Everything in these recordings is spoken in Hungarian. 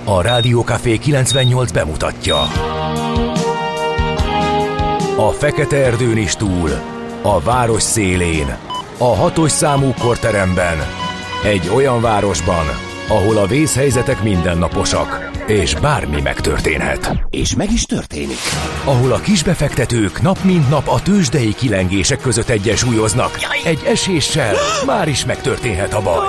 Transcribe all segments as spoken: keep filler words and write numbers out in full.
A Rádió Café kilencvennyolc bemutatja. A fekete erdőn is túl, a város szélén, a hatos számú korteremben, egy olyan városban, ahol a vészhelyzetek mindennaposak, és bármi megtörténhet. És meg is történik. Ahol a kisbefektetők nap mint nap a tőzsdei kilengések között egyensúlyoznak. Egy eséssel már is megtörténhet a baj.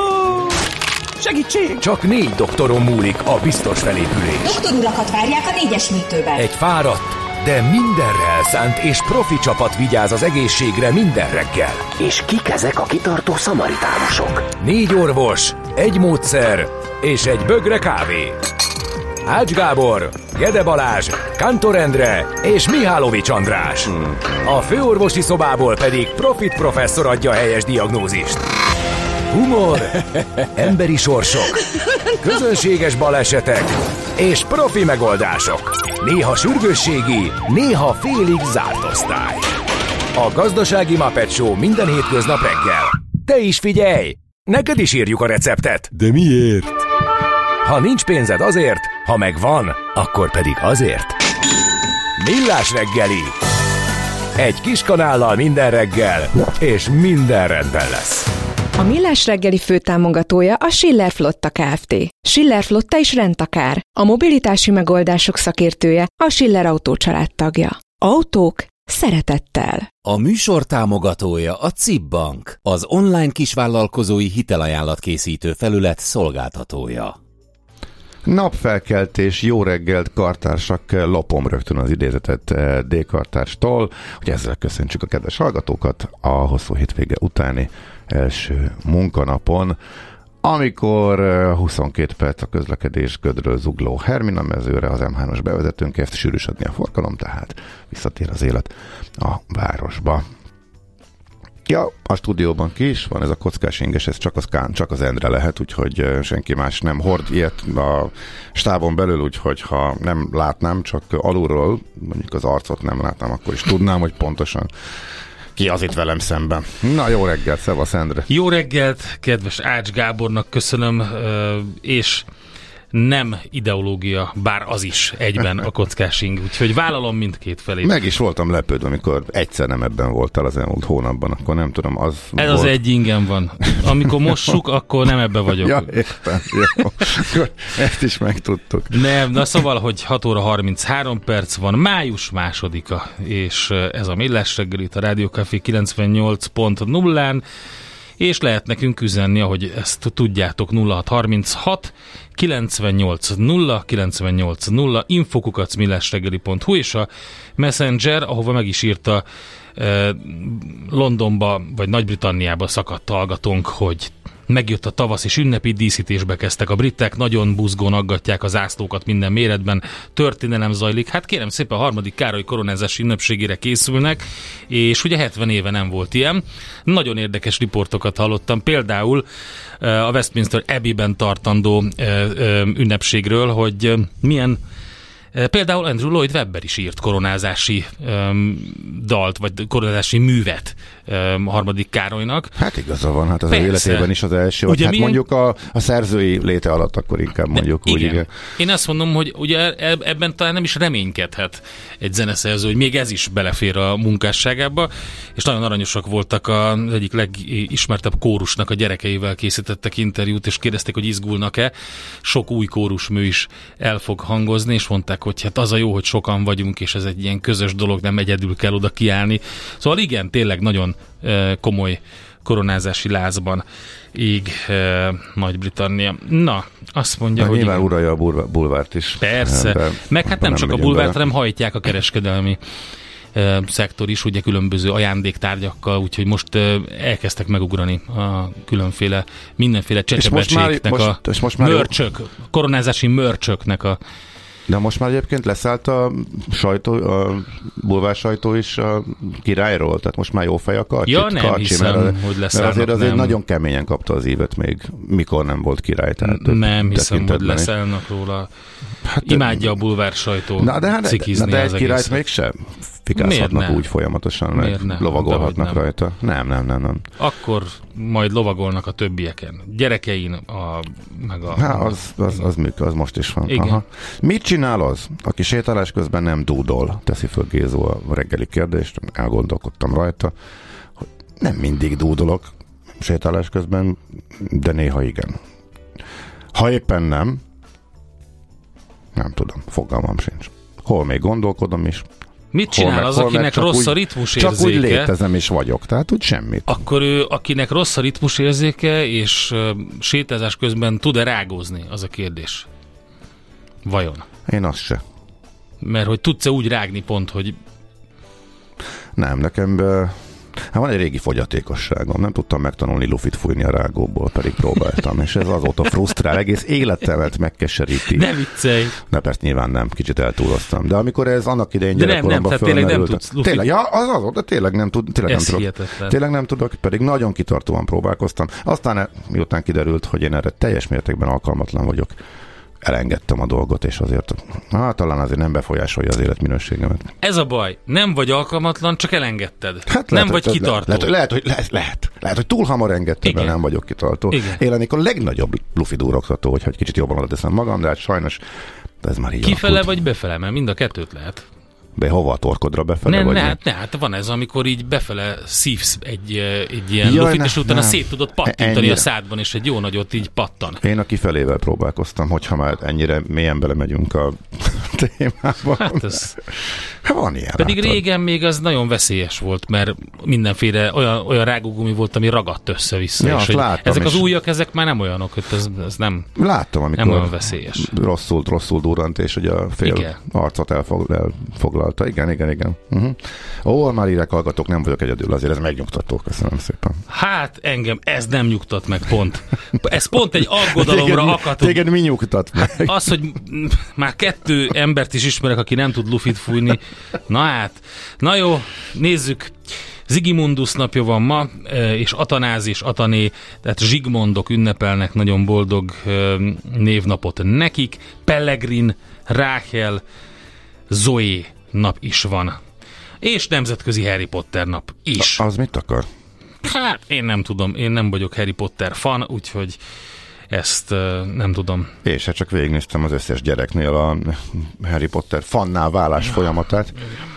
Segítség! Csak négy doktoron múlik a biztos felépülés. Doktor urakat várják a négyes műtőben. Egy fáradt, de mindenre elszánt és profi csapat vigyáz az egészségre minden reggel. És kik ezek a kitartó szamaritánusok? Négy orvos, egy módszer és egy bögre kávé. Ács Gábor, Gede Balázs, Kántor Endre és Mihálovics András. A főorvosi szobából pedig Profit professzor adja a helyes diagnózist. Humor, emberi sorsok, közönséges balesetek és profi megoldások. Néha sürgősségi, néha félig zárt osztály. A Gazdasági Muppet Show minden hétköznap reggel. Te is figyelj! Neked is írjuk a receptet. De miért? Ha nincs pénzed azért, ha megvan, akkor pedig azért. Millás reggeli. Egy kis kanállal minden reggel, és minden rendben lesz. A Millás reggeli főtámogatója a Schiller Flotta Kft. Schiller Flotta is rendtakár. A mobilitási megoldások szakértője, a Schiller Autó család tagja. Autók szeretettel. A műsor támogatója a cé i bé Bank, az online kisvállalkozói hitelajánlatkészítő felület szolgáltatója. Napfelkeltés, jó reggelt, kartársak, lopom rögtön az idézetet D-kartárstól, hogy ezzel köszöntsük a kedves hallgatókat a hosszú hétvége utáni első munkanapon, amikor huszonkét perc a közlekedés Gödről Zugló Hermina mezőre, az em hármas bevezetőn kezd sűrűsödni a forgalom, tehát visszatér az élet a városba. Ja, a stúdióban ki is van ez a kockás inges, ez csak az Kán, csak az Endre lehet, úgyhogy senki más nem hord ilyet a stábon belül, úgyhogy ha nem látnám, csak alulról, mondjuk az arcot nem látnám, akkor is tudnám, hogy pontosan ki az itt velem szemben. Na, jó reggelt, szevasz Endre! Jó reggelt, kedves Ács Gábornak köszönöm, és nem ideológia, bár az is egyben a kockásing, úgyhogy vállalom mindkét felé. Meg is voltam lepődve, amikor egyszer nem ebben voltál az elmúlt hónapban, akkor nem tudom, az Ez volt... az egy ingem van. Amikor mossuk, akkor nem ebben vagyok. Ja, értem, jó. Ezt is megtudtuk. Nem, na szóval, hogy hat óra harminchárom perc van, május másodika, és ez a Millás reggel itt a Rádió Café kilencvennyolc pont nullán, és lehet nekünk üzenni, ahogy ezt tudjátok, nulla hat harminchat kilencvennyolc nulla kilencvennyolc nulla infokukac millásreggeli pont hu, és a Messenger, ahova meg is írta eh, Londonba vagy Nagy-Britanniába szakadt hallgatónk, hogy megjött a tavasz, és ünnepi díszítésbe kezdtek a britek, nagyon buzgón aggatják az zászlókat minden méretben, történelem zajlik. Hát kérem szépen, a harmadik Károly koronázási ünnepségére készülnek, és ugye hetven éve nem volt ilyen. Nagyon érdekes riportokat hallottam, például a Westminster Abbey-ben tartandó ünnepségről, hogy milyen például Andrew Lloyd Webber is írt koronázási um, dalt, vagy koronázási művet um, harmadik Károlynak. Hát igaza van, hát az Persze. ő életében is az első, vagy hát milyen... mondjuk a, a szerzői léte alatt akkor inkább mondjuk De, úgy. Igen. igen. Én azt mondom, hogy ugye ebben talán nem is reménykedhet egy zeneszerző, hogy még ez is belefér a munkásságába, és nagyon aranyosak voltak az egyik legismertebb kórusnak a gyerekeivel készítettek interjút, és kérdezték, hogy izgulnak-e. Sok új kórusmű is el fog hangozni, és mondták, hogy hát az a jó, hogy sokan vagyunk, és ez egy ilyen közös dolog, nem egyedül kell oda kiállni. Szóval igen, tényleg nagyon e, komoly koronázási lázban ég e, Nagy-Britannia. Na, azt mondja, Na, hogy nyilván igen. uralja a bulvárt is. Persze, De meg hát nem, nem csak a bulvárt, bele. hanem hajtják a kereskedelmi e, szektor is, ugye különböző ajándéktárgyakkal, úgyhogy most e, elkezdtek megugrani a különféle, mindenféle csecsebecséknek a most, most már mörcsök, koronázási mörcsöknek a De most már egyébként leszállt a sajtó, a bulvár sajtó is a királyról, tehát most már jó fej a karcsi. Ja, nem karcsi, hiszem, mert, hogy mert leszállnak. azért azért nem. nagyon keményen kapta az évet még, mikor nem volt király. Tehát nem hiszem, hogy is. leszállnak róla. Hát, Imádja a bulvár sajtó na de, hát, cikizni na de az egy királyt egészet. mégsem fikázhatnak úgy folyamatosan, meg lovagolhatnak rajta. Nem, nem, nem, nem. Akkor majd lovagolnak a többieken. Gyerekein, a, meg a... Há, az, az, az, az, az most is van. Aha. Mit csinál az, aki sétálás közben nem dúdol? Teszi föl Gézó a reggeli kérdést, elgondolkodtam rajta, hogy nem mindig dúdolok sétálás közben, de néha igen. Ha éppen nem, nem tudom, fogalmam sincs. Hol még gondolkodom is. Mit csinál meg, az, akinek rossz úgy, a ritmusérzéke? Csak úgy létezem és vagyok, tehát úgy semmit. Akkor ő, akinek rossz a ritmusérzéke, és uh, sétázás közben tud-e rágózni, az a kérdés. Vajon? Én azt se. Mert hogy tudsz-e úgy rágni pont, hogy... Nem, nekem... Be... Hát van egy régi fogyatékosságom, nem tudtam megtanulni lufit fújni a rágóból, pedig próbáltam, és ez azóta frusztrál, egész életemet megkeseríti. Nem viccelj! De persze nyilván nem, kicsit eltúloztam. De amikor ez annak idején gyerekkoromban fölmerült... tényleg nem tudsz lufit... Tényleg, ja, az az, de tényleg nem, tud, tényleg nem tudok. Tényleg nem tudok, pedig nagyon kitartóan próbálkoztam. Aztán miután kiderült, hogy én erre teljes mértékben alkalmatlan vagyok, elengedtem a dolgot, és azért hát, talán azért nem befolyásolja az életminőségemet. Ez a baj. Nem vagy alkalmatlan, csak elengedted. Hát nem lehet, vagy kitartó. Lehet, lehet, hogy, lehet, lehet, lehet, hogy túl hamar engedtem, mert nem vagyok kitartó. Igen. Én lennék a legnagyobb lufidúroktató, hogy egy kicsit jobban oda teszem magam, de hát sajnos ez már így kifele alakult. Vagy befele, mert mind a kettőt lehet. Be hova a torkodra befele? Nem, vagy ne, hát, ne, hát van ez, amikor így befele szívsz egy, egy ilyen Jaj, lufit, ne, és utána ne. szét tudod pattintani ennyire. A szádban, és egy jó nagyot így pattan. Én a kifelével próbálkoztam, hogyha már ennyire mélyen belemegyünk a témába. Hát ez... Hát van ilyen. Pedig látod. Régen még az nagyon veszélyes volt, mert mindenféle olyan, olyan rágógumi volt, ami ragadt össze-vissza. Ja, és hogy ezek az is. újak, ezek már nem olyanok, hogy ez, ez nem, láttam, amikor nem olyan veszélyes. Rosszul, rosszul durrant, és ugye a fél igen. arcot elfog, elfoglalta. Igen, igen, igen. Uh-huh. Ó, már írek hallgatók, nem vagyok egyedül, azért ez megnyugtató, köszönöm szépen. Hát engem ez nem nyugtat meg pont. Ez pont egy aggodalomra téged, akadt. Téged mi nyugtat meg? Hát az, hogy már kettő embert is ismerek, aki nem tud lufit fújni. Na hát, na jó, nézzük. Zigimundus napja van ma, és Atanáz és Atané, tehát Zsigmondok ünnepelnek nagyon boldog névnapot nekik. Pellegrin, Ráhel, Zoé nap is van. És nemzetközi Harry Potter nap is. A, az mit akar? Hát, én nem tudom, én nem vagyok Harry Potter fan, úgyhogy ezt uh, nem tudom. És hát csak végignéztem az összes gyereknél a Harry Potter fanná válás folyamatát.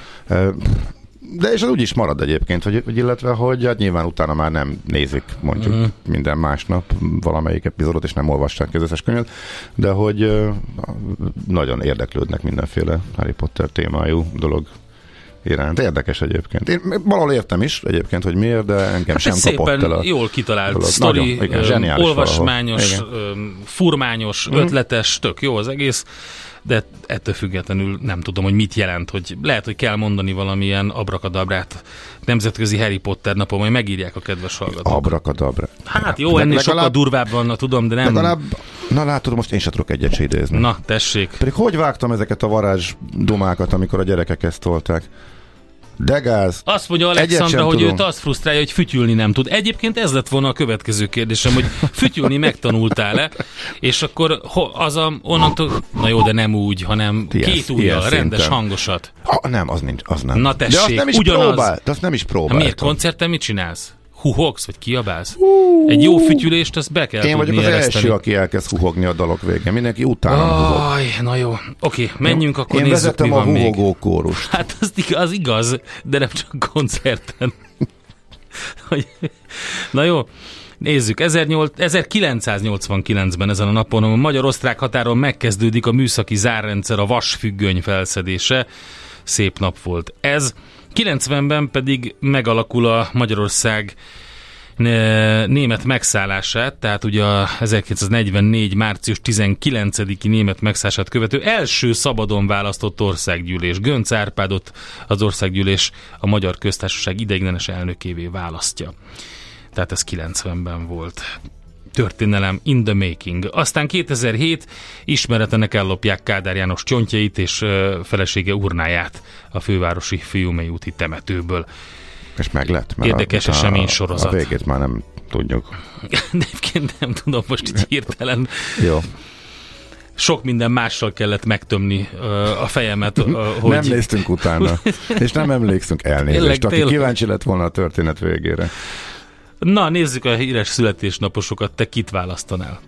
De és az úgy is marad egyébként, hogy, hogy illetve, hogy hát nyilván utána már nem nézik mondjuk mm. minden másnap valamelyik epizódot, és nem olvassák az összes könyvet, de hogy uh, nagyon érdeklődnek mindenféle Harry Potter témájú dolog iránt. Érdekes egyébként. Én valahol értem is egyébként, hogy miért, de engem hát sem kapott el a... jól kitalált sztori, olvasmányos, furmányos, mm. ötletes, tök jó az egész, de ettől függetlenül nem tudom, hogy mit jelent, hogy lehet, hogy kell mondani valamilyen abrakadabrát nemzetközi Harry Potter napon, majd megírják a kedves hallgatók. Abrakadabra. Hát jó, ennél legalább, sokkal durvábban, tudom, de nem... Legalább, na látod, most én sem tudok egyet se idézni. Na, tessék. Pedig hogy vágtam ezeket a varázs dumákat, amikor a gyerekek ezt tolták? De gáz. Azt mondja Alexandra, hogy tudom. Őt azt frusztrálja, hogy fütyülni nem tud. Egyébként ez lett volna a következő kérdésem, hogy fütyülni megtanultál-e, és akkor az a, onnantól, na jó, de nem úgy, hanem ilyen, két ujjal, rendes szinten. Hangosat. Ah, nem, az nincs, az nem. Na tessék, de azt nem is ugyanaz. Próbál, de azt nem is próbáltam. Miért koncerten mit csinálsz? Huhogsz, vagy kiabálsz? Uh, Egy jó fütyülést, azt be kell én tudni vagyok az ereszteni. első, aki elkezd huhogni a dalok végén. Mindenki utána huhog. Na jó, oké, menjünk, akkor én nézzük, mi van még. Én vezetem a huhogó kórust. Hát az igaz, az igaz, de nem csak koncerten. Na jó, nézzük. ezerkilencszáznyolcvankilencben ezen a napon a magyar-osztrák határon megkezdődik a műszaki zárrendszer, a vasfüggöny felszedése. Szép nap volt ez. kilencvenben pedig megalakul a Magyarország német megszállását, tehát ugye a ezerkilencszáznegyvennégy. március tizenkilencediki német megszállását követő első szabadon választott országgyűlés. Göncz Árpádot az országgyűlés a Magyar Köztársaság ideiglenes elnökévé választja. Tehát ez kilencvenben volt. Történelem in the making. Aztán kétezer-hét ismeretlenek ellopják Kádár János csontjait és felesége urnáját a fővárosi Fiumei úti temetőből. És meg lett. Érdekes esemény sorozat. A végét már nem tudjuk. De egyébként nem tudom most így hirtelen. Jó. sok minden mással kellett megtömni uh, a fejemet. Uh, hogy... Nem néztünk utána, és nem emlékszünk, elnézést, tényleg, aki tényleg... kíváncsi lett volna a történet végére. Na, nézzük a híres születésnaposokat, te kit választanál?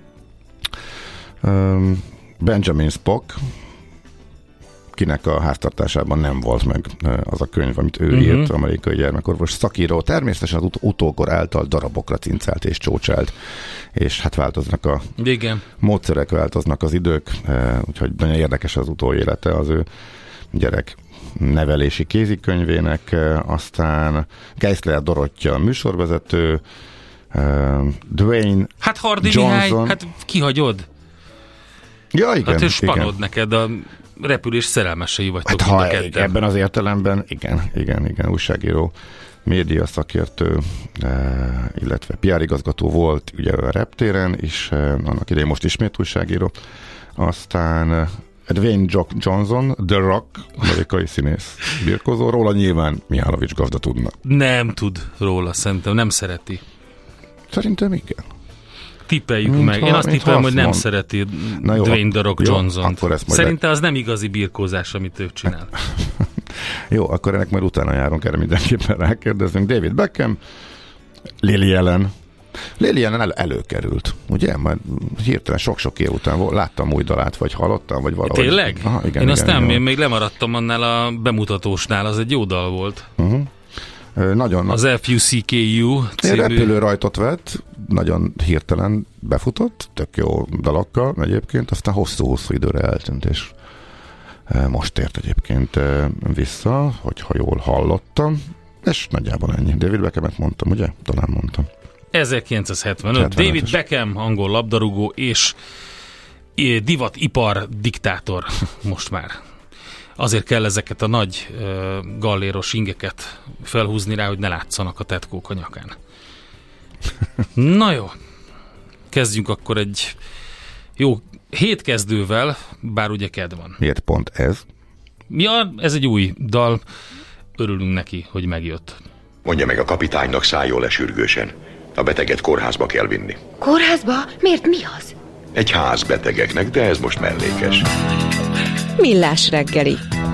Um, Benjamin Spock, kinek a háztartásában nem volt meg az a könyv, amit ő uh-huh. írt, amerikai gyermekorvos szakíró. Természetesen az ut- utókor által darabokra cincált és csócsált, és hát változnak a Igen. módszerek, változnak az idők, úgyhogy nagyon érdekes az utóélete az ő gyerek nevelési kézikönyvének, aztán Geisler Dorottya műsorvezető, Dwayne Hát Hardy Johnson. Mihály, hát kihagyod? Ja, igen. Hát ő spanod igen. neked a repülés szerelmesei vagytok. Hát ha ebben az értelemben, igen, igen, igen, újságíró, média szakértő, illetve pé er igazgató volt ugye a reptéren, és annak idején most ismét újságíró. Aztán Dwayne Johnson, The Rock, amerikai színész birkózó, róla nyilván Mihálovics gazda tudna. Nem tud róla, szerintem, nem szereti. Szerintem igen. Tippeljük mint meg. Ha, Én azt tippelem, hogy nem mond. szereti jó, Dwayne The Rock Johnson. Szerintem le... az nem igazi birkózás, amit ő csinál. Jó, akkor ennek majd utána járunk, erre mindenképpen rákérdezünk. David Beckham, Lily Allen. Lily Allen elő, előkerült, ugye? Majd hirtelen sok-sok év után volt, láttam új dalát, vagy hallottam, vagy valahogy. Tényleg? Aha, igen, én igen, azt nem, igen. Én még lemaradtam annál a bemutatósnál, az egy jó dal volt. Uh-huh. Nagyon, az ef u cé ká u című... repülőrajtot vett, nagyon hirtelen befutott, tök jó dalokkal egyébként, aztán hosszú-hosszú időre eltűnt, és most ért egyébként vissza, hogyha jól hallottam, és nagyjából ennyi. David Beckhamet mondtam, ugye? Talán mondtam. ezerkilencszázhetvenöt. hetvenötös. David Beckham, angol labdarúgó és divatipar diktátor most már. Azért kell ezeket a nagy uh, galléros ingeket felhúzni rá, hogy ne látszanak a tetkók a nyakán. Na jó, kezdjünk akkor egy jó hétkezdővel, bár ugye kedd van. Miért pont ez? Ja, ez egy új dal, örülünk neki, hogy megjött. Mondja meg a kapitánynak, szálljon le sürgősen. A beteget kórházba kell vinni. Kórházba? Miért, mi az? Egy ház betegeknek, de ez most mellékes. Millás reggeli.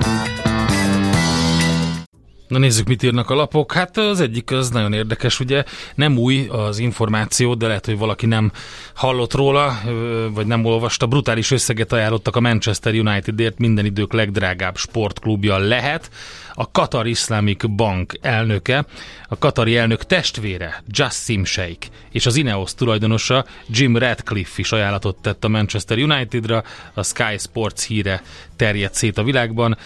Na nézzük, mit írnak a lapok. Hát az egyik az nagyon érdekes, ugye nem új az információ, de lehet, hogy valaki nem hallott róla, vagy nem olvasta. Brutális összeget ajánlottak a Manchester Unitedért, minden idők legdrágább sportklubja lehet. A Qatar Islamic Bank elnöke, a katari elnök testvére, Jassim Sheikh, és az Ineos tulajdonosa, Jim Ratcliffe is ajánlatot tett a Manchester Unitedra, a Sky Sports híre terjedt szét a világban,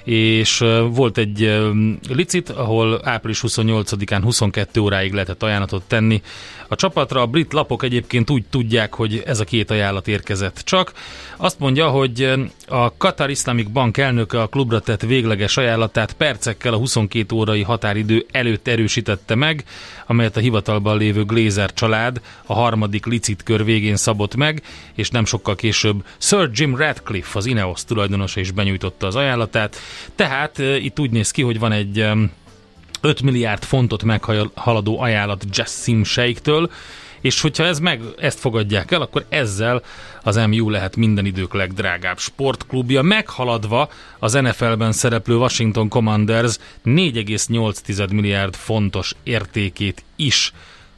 és volt egy licit, ahol április huszonnyolcadikán huszonkettő óráig lehetett ajánlatot tenni a csapatra. A brit lapok egyébként úgy tudják, hogy ez a két ajánlat érkezett csak. Azt mondja, hogy a Qatar Islamic Bank elnöke a klubra tett végleges ajánlatát percekkel a huszonkét órai határidő előtt erősítette meg, amelyet a hivatalban lévő Glazer család a harmadik licitkör végén szabott meg, és nem sokkal később Sir Jim Ratcliffe, az Ineos tulajdonosa is benyújtotta az ajánlatát. Tehát e, itt úgy néz ki, hogy van egy e, öt milliárd fontot meghaladó ajánlat Jassim Sheikhtől, és hogyha ez meg, ezt fogadják el, akkor ezzel az em u lehet minden idők legdrágább sportklubja, meghaladva az en ef el-ben szereplő Washington Commanders négy egész nyolc milliárd fontos értékét is.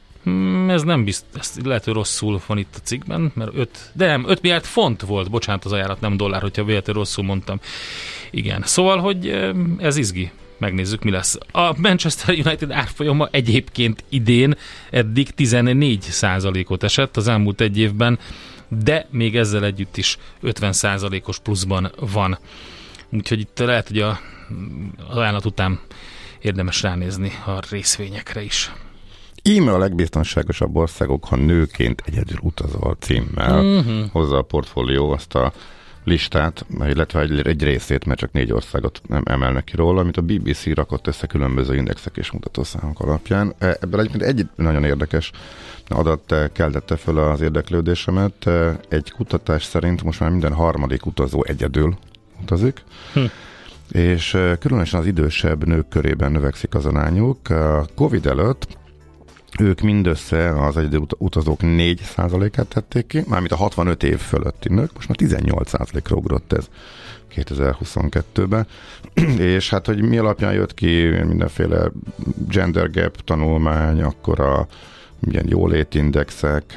Hmm, ez nem biztos, ez lehet, hogy rosszul van itt a cikkben, mert öt, de nem, öt milliárd font volt, bocsánat, az ajánlat, nem dollár, hogyha véletlenül rosszul mondtam. Igen, szóval, hogy ez izgi. Megnézzük, mi lesz. A Manchester United árfolyama egyébként idén eddig tizennégy százalékot esett az elmúlt egy évben, de még ezzel együtt is ötven százalékos pluszban van. Úgyhogy itt lehet, hogy a, az ajánlat után érdemes ránézni a részvényekre is. Íme a legbiztonságosabb országok, ha nőként egyedül utazol címmel uh-huh. hozza a portfólió azt a listát, illetve egy, egy részét, mert csak négy országot nem emelnek ki róla, amit a bé bé cé rakott össze különböző indexek és mutatószámok alapján. Ebből egyébként egy nagyon érdekes adat keltette föl az érdeklődésemet. Egy kutatás szerint most már minden harmadik utazó egyedül utazik, hm. és különösen az idősebb nők körében növekszik az arányuk. A Covid előtt ők mindössze az egyedül utazók négy százalékát tették ki, mármint a hatvanöt év fölötti nők, most már tizennyolc százalékra ugrott ez kétezer-huszonkettőben, és hát, hogy mi alapján jött ki mindenféle gender gap tanulmány, akkor a ilyen jólétindexek,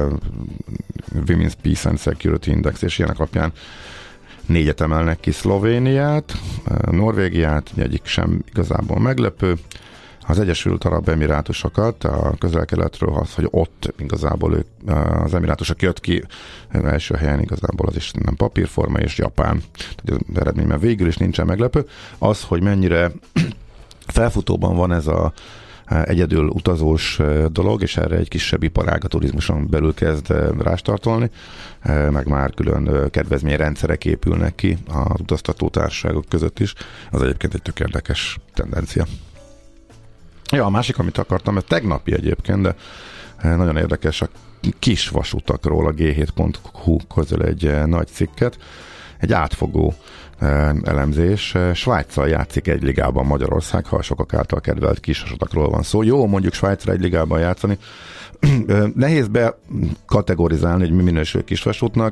Women's Peace and Security Index, és ilyenek alapján négyet emelnek ki: Szlovéniát, Norvégiát, egyik sem igazából meglepő, az Egyesült Arab Emirátusokat, a közel-keletről az, hogy ott igazából ők, az Emirátusok jött ki első helyen, igazából az is nem papírforma, és Japán. Tehát az eredményben végül is nincsen meglepő. Az, hogy mennyire felfutóban van ez a egyedül utazós dolog, és erre egy kisebb iparág a turizmuson belül kezd rástartolni, meg már külön kedvezményrendszerek épülnek ki az utaztató társaságok között is. Az egyébként egy tök érdekes tendencia. Ja, a másik, amit akartam, ez tegnapi egyébként, de nagyon érdekes, a kis vasutakról a gé hét pont hú közül egy nagy cikket, egy átfogó elemzés. Svájccal játszik egy ligában Magyarország, ha sokak által kedvelt kis vasutakról van szó. Jó, mondjuk Svájcra egy ligában játszani. Nehéz bekategorizálni, hogy mi minősül kisvasútnak.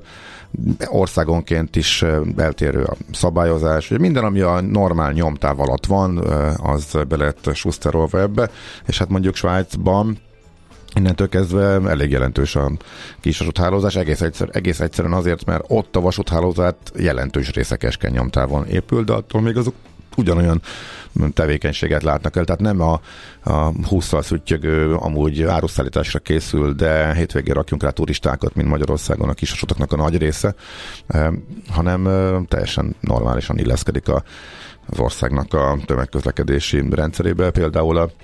Országonként is eltérő a szabályozás. Minden, ami a normál nyomtáv alatt van, az be lett suszterolva ebbe, és hát mondjuk Svájcban innentől kezdve elég jelentős a kisvasúthálózás, egész, egyszer, egész egyszerűen azért, mert ott a vasúthálózat jelentős része keskeny nyomtávon épül, de attól még azok ugyanolyan tevékenységet látnak el, tehát nem a, a hússzal szüttyögő, amúgy áruszállításra készül, de hétvégén rakjunk rá turistákat, mint Magyarországon a kisvasutaknak a nagy része, eh, hanem eh, teljesen normálisan illeszkedik a, az országnak a tömegközlekedési rendszerébe. Például a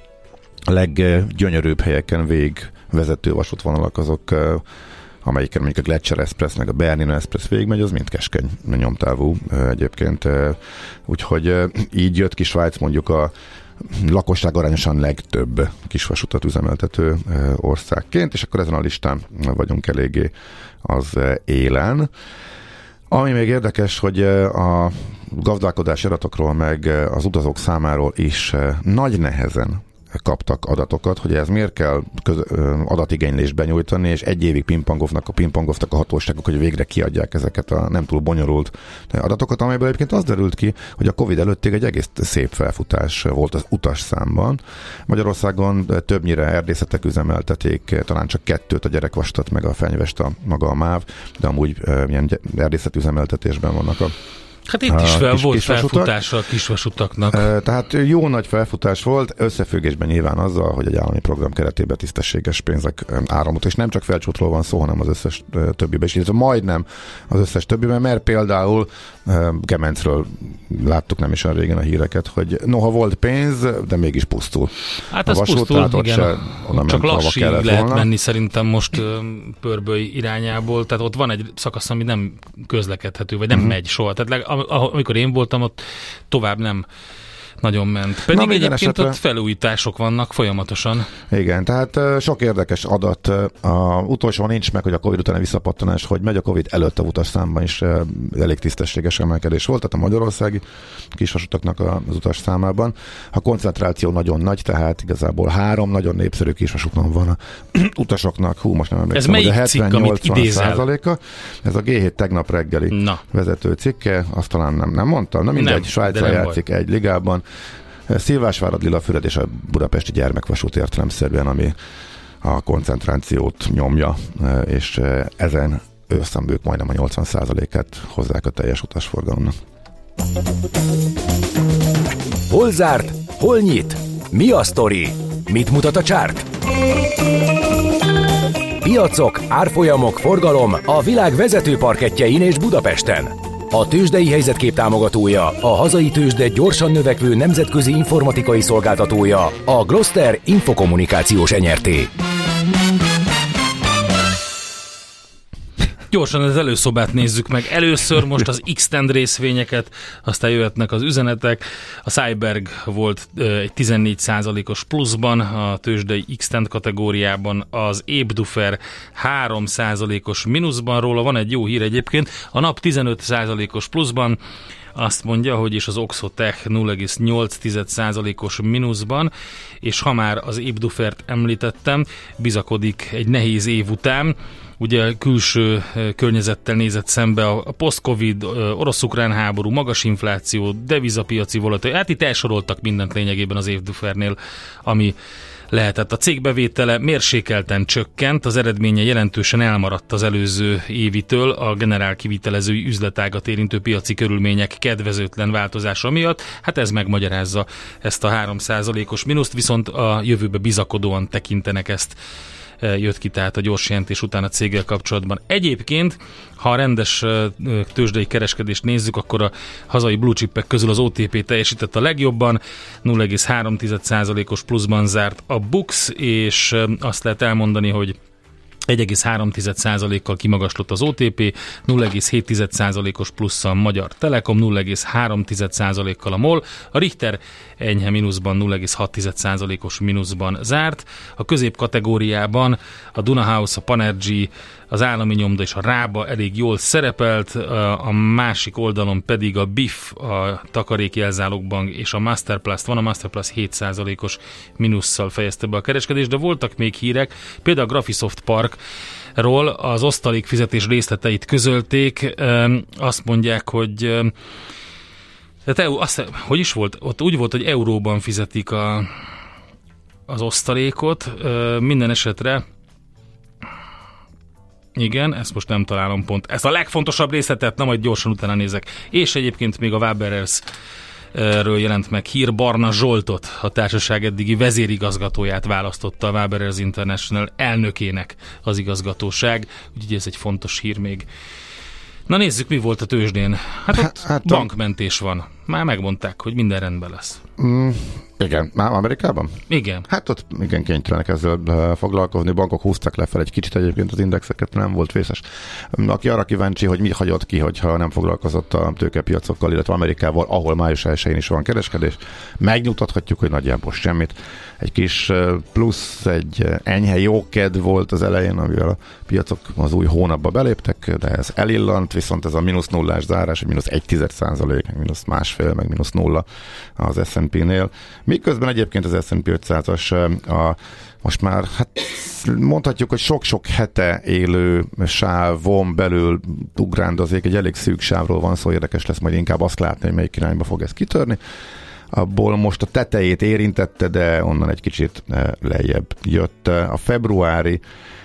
leggyönyörűbb helyeken végig vezető vasútvonalak azok, eh, amelyiken mondjuk a Gletscher Express, meg a Bernina Express végigmegy, az mind keskeny nyomtávú egyébként. Úgyhogy így jött ki Svájc mondjuk a lakosság arányosan legtöbb kisvasutat üzemeltető országként, és akkor ezen a listán vagyunk eléggé az élen. Ami még érdekes, hogy a gazdálkodási adatokról, meg az utazók számáról is nagy nehezen kaptak adatokat, hogy ez miért kell köz, adatigénylést benyújtani, és egy évig pingpongoznak a pingpongoztak a hatóságok, hogy végre kiadják ezeket a nem túl bonyolult adatokat, amelyből egyébként az derült ki, hogy a Covid előttig egy egész szép felfutás volt az utasszámban. Magyarországon többnyire erdészetek üzemeltetik, talán csak kettőt, a Gyerekvastat meg a Fenyvest, a maga a MÁV, de amúgy ilyen erdészetüzemeltetésben vannak a Hát itt is fel kis, volt felfutása a kisvasutaknak. Tehát jó nagy felfutás volt, összefüggésben nyilván azzal, hogy egy állami program keretében tisztességes pénzek áramlott, és nem csak Felcsútról van szó, hanem az összes többiben is, illetve majdnem az összes többiben, mert például Kemencről láttuk nem is olyan régen a híreket, hogy noha volt pénz, de mégis pusztul. Hát az vasút, pusztul, igen. Se, csak lassig lehet volna menni szerintem most Pörböly irányából, tehát ott van egy szakasz, ami nem közlekedhető, vagy nem uh-huh. megy soha. Tehát amikor én voltam, ott tovább nem nagyon ment. Pedig Na, egyébként esetre... ott felújítások vannak folyamatosan. Igen, tehát sok érdekes adat. A utolsó nincs meg, hogy a Covid utáni visszapattanás, hogy megy a Covid előtt a utasszámban is elég tisztességes emelkedés volt, tehát a magyarországi kisvasutaknak az utas számában. A koncentráció nagyon nagy, tehát igazából három nagyon népszerű kisvasúton van a utasoknak. Hú, most nem emlékszem, ez melyik cikk, amit idézel? Ez a gé hét tegnap reggeli Na. vezető cikke, azt talán nem, nem mondtam. Na mindegy, Svájcra játszik volt. Egy ligában. Szilvásvárad, Lilafüred és a budapesti gyermekvasút értelemszerűen, ami a koncentrációt nyomja, és ezen összembők majdnem a nyolcvan százalékát hozzák a teljes utasforgalomnak. Hol zárt? Hol nyit? Mi a sztori? Mit mutat a csárt? Piacok, árfolyamok, forgalom a világ vezető parkettjein és Budapesten. A tőzsdei helyzetkép támogatója, a hazai tőzsde gyorsan növekvő nemzetközi informatikai szolgáltatója, a Gloster Infokommunikációs Enyerté. Gyorsan az előszobát nézzük meg. Először most az X-Tend részvényeket, aztán jöhetnek az üzenetek. A Cyberg volt egy tizennégy százalékos pluszban a tőzsdei X-Tend kategóriában, az Ébdufer három százalékos mínuszban, róla van egy jó hír egyébként, a nap tizenöt százalékos pluszban, azt mondja, hogy is az Oxotech nulla egész nyolc százalékos mínuszban, és ha már az Ébdufert említettem, bizakodik egy nehéz év után, ugye külső környezettel nézett szembe a post-covid, orosz-ukrán háború, magas infláció, devizapiaci volatilitás, hát itt elsoroltak mindent lényegében az Ébdufernél, ami lehetett. A cégbevétele mérsékelten csökkent, az eredménye jelentősen elmaradt az előző évitől a generál kivitelezői üzletágat érintő piaci körülmények kedvezőtlen változása miatt. Hát ez megmagyarázza ezt a három százalékos mínuszt, viszont a jövőbe bizakodóan tekintenek, ezt jött ki tehát a gyors jelentés után a céggel kapcsolatban. Egyébként, ha a rendes tőzsdei kereskedést nézzük, akkor a hazai blue chipek közül az o té pé teljesített a legjobban, nulla egész három százalékos pluszban zárt a Bux, és azt lehet elmondani, hogy egy egész három százalékkal kimagaslott az o té pé, nulla egész hét százalékos plusszal Magyar Telekom, nulla egész három százalékkal a MOL, a Richter enyhe mínuszban, nulla egész hat százalékos mínuszban zárt. A közép kategóriában a Dunahouse, a Panergy, az Állami Nyomda és a Rába elég jól szerepelt, a másik oldalon pedig a bé i ef, a Takaréki Elzálogbank és a Masterplast van, a Masterplast hét százalékos mínusszal fejezte be a kereskedést, de voltak még hírek, például a Graphisoft Parkról az osztalék fizetés részleteit közölték, azt mondják, hogy tehát, azt, hogy is volt? Ott úgy volt, hogy euróban fizetik a, az osztalékot, minden esetre igen, ezt most nem találom pont. Ez a legfontosabb részletet, na majd gyorsan utána nézek. És egyébként még a Waberers-ről jelent meg hír, Barna Zsoltot, a társaság eddigi vezérigazgatóját választotta a Waberers International elnökének az igazgatóság, úgyhogy ez egy fontos hír még. Na nézzük, mi volt a tőzsdén. Hát ott hát, hát bankmentés van. Már megmondták, hogy minden rendben lesz. Mm, igen. Már Amerikában? Igen. Hát ott igen kénytelenek ezzel foglalkozni. Bankok húztak lefelé egy kicsit egyébként az indexeket, nem volt vészes. Aki arra kíváncsi, hogy mi hagyott ki, hogyha nem foglalkozott a tőkepiacokkal, illetve Amerikával, ahol május elsején is van kereskedés, megnyugtathatjuk, hogy nagyjából semmit. Egy kis plusz, egy enyhe jókedv volt az elején, amivel a piacok az új hónapba beléptek, de ez elillant, viszont ez a mínusz nullás zárás, egy mínusz egy tized százalék, mínusz másfél, meg mínusz nulla az es and pé-nél. Miközben egyébként az es and pé ötszázas a most már, hát mondhatjuk, hogy sok-sok hete élő sávon belül ugrándozik, egy elég szűk sávról van szó, érdekes lesz majd inkább azt látni, hogy melyik irányba fog ez kitörni. Abból most a tetejét érintette, de onnan egy kicsit lejjebb jött. A februári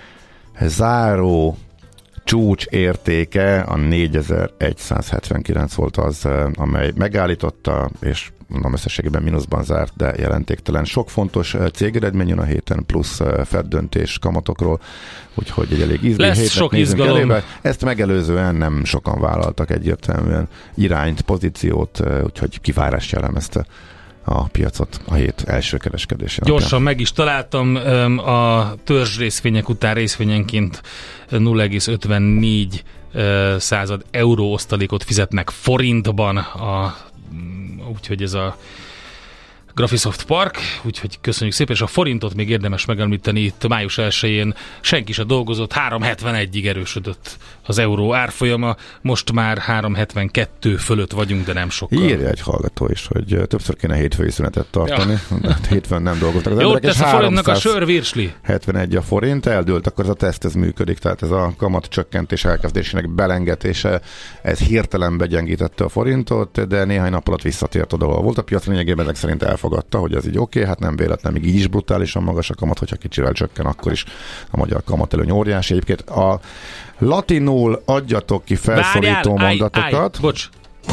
záró csúcs értéke a négyezer-százhetvenkilenc volt az, amely megállította, és mondom összességében mínuszban zárt, de jelentéktelen. Sok fontos cégeredmény jön a héten, plusz feddöntés kamatokról, úgyhogy egy elég ízlő hétnek sok nézünk izgalom. elébe. Ezt megelőzően nem sokan vállaltak egyértelműen irányt, pozíciót, úgyhogy kivárást jellemezte a piacot a hét első kereskedésén. Gyorsan meg is találtam, a törzs részvények után részvényenként nulla egész ötvennégy század euró osztalékot fizetnek forintban, a, úgyhogy ez a Graphisoft Park, úgyhogy köszönjük szépen, és a forintot még érdemes megemlíteni, itt május elsején senki se dolgozott, három hetvenegyig erősödött az euró árfolyama, most már három hetvenkettő fölött vagyunk, de nem sokkal. Írja egy hallgató is, hogy többször kéne hétfői szünetet tartani, ja. De hétfőn nem dolgoztak az Jót emberek. tesz a forintnak a sörvirsli. hetvenegy a forint, eldőlt, akkor ez a teszt, ez működik, tehát ez a kamat csökkentés elkezdésének belengetése, ez hirtelen begyengítette a forintot, de néhány nap alatt visszatért oda, ahol volt a piac, lényegében ezek szerint elfogadta, hogy ez így oké, okay, hát nem véletlen, még így is brutálisan magas a kamat, hogyha kicsivel csökken, akkor is a magyar kamatelőny óriási. Egyébként a latinul adjatok ki felszólító Várjál, mondatokat. Állj, állj, bocs.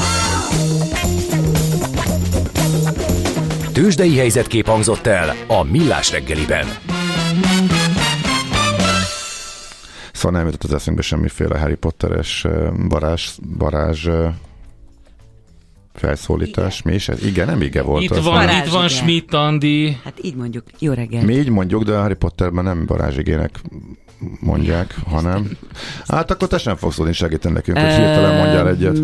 Tőzsdei helyzetkép hangzott el a Millás reggeliben. Szóval nem jutott az eszünkbe semmiféle Harry Potteres barázs, barázs felszólítás. Mi is ez? Igen, nem ige volt. Itt az van, nem. itt van Schmidt Andi. Hát így mondjuk, jó reggel. Mi így mondjuk, de a Harry Potterben nem varázsigének mondják, hanem... Hát akkor te sem fogsz tudni segíteni nekünk, hogy hirtelen mondjál egyet.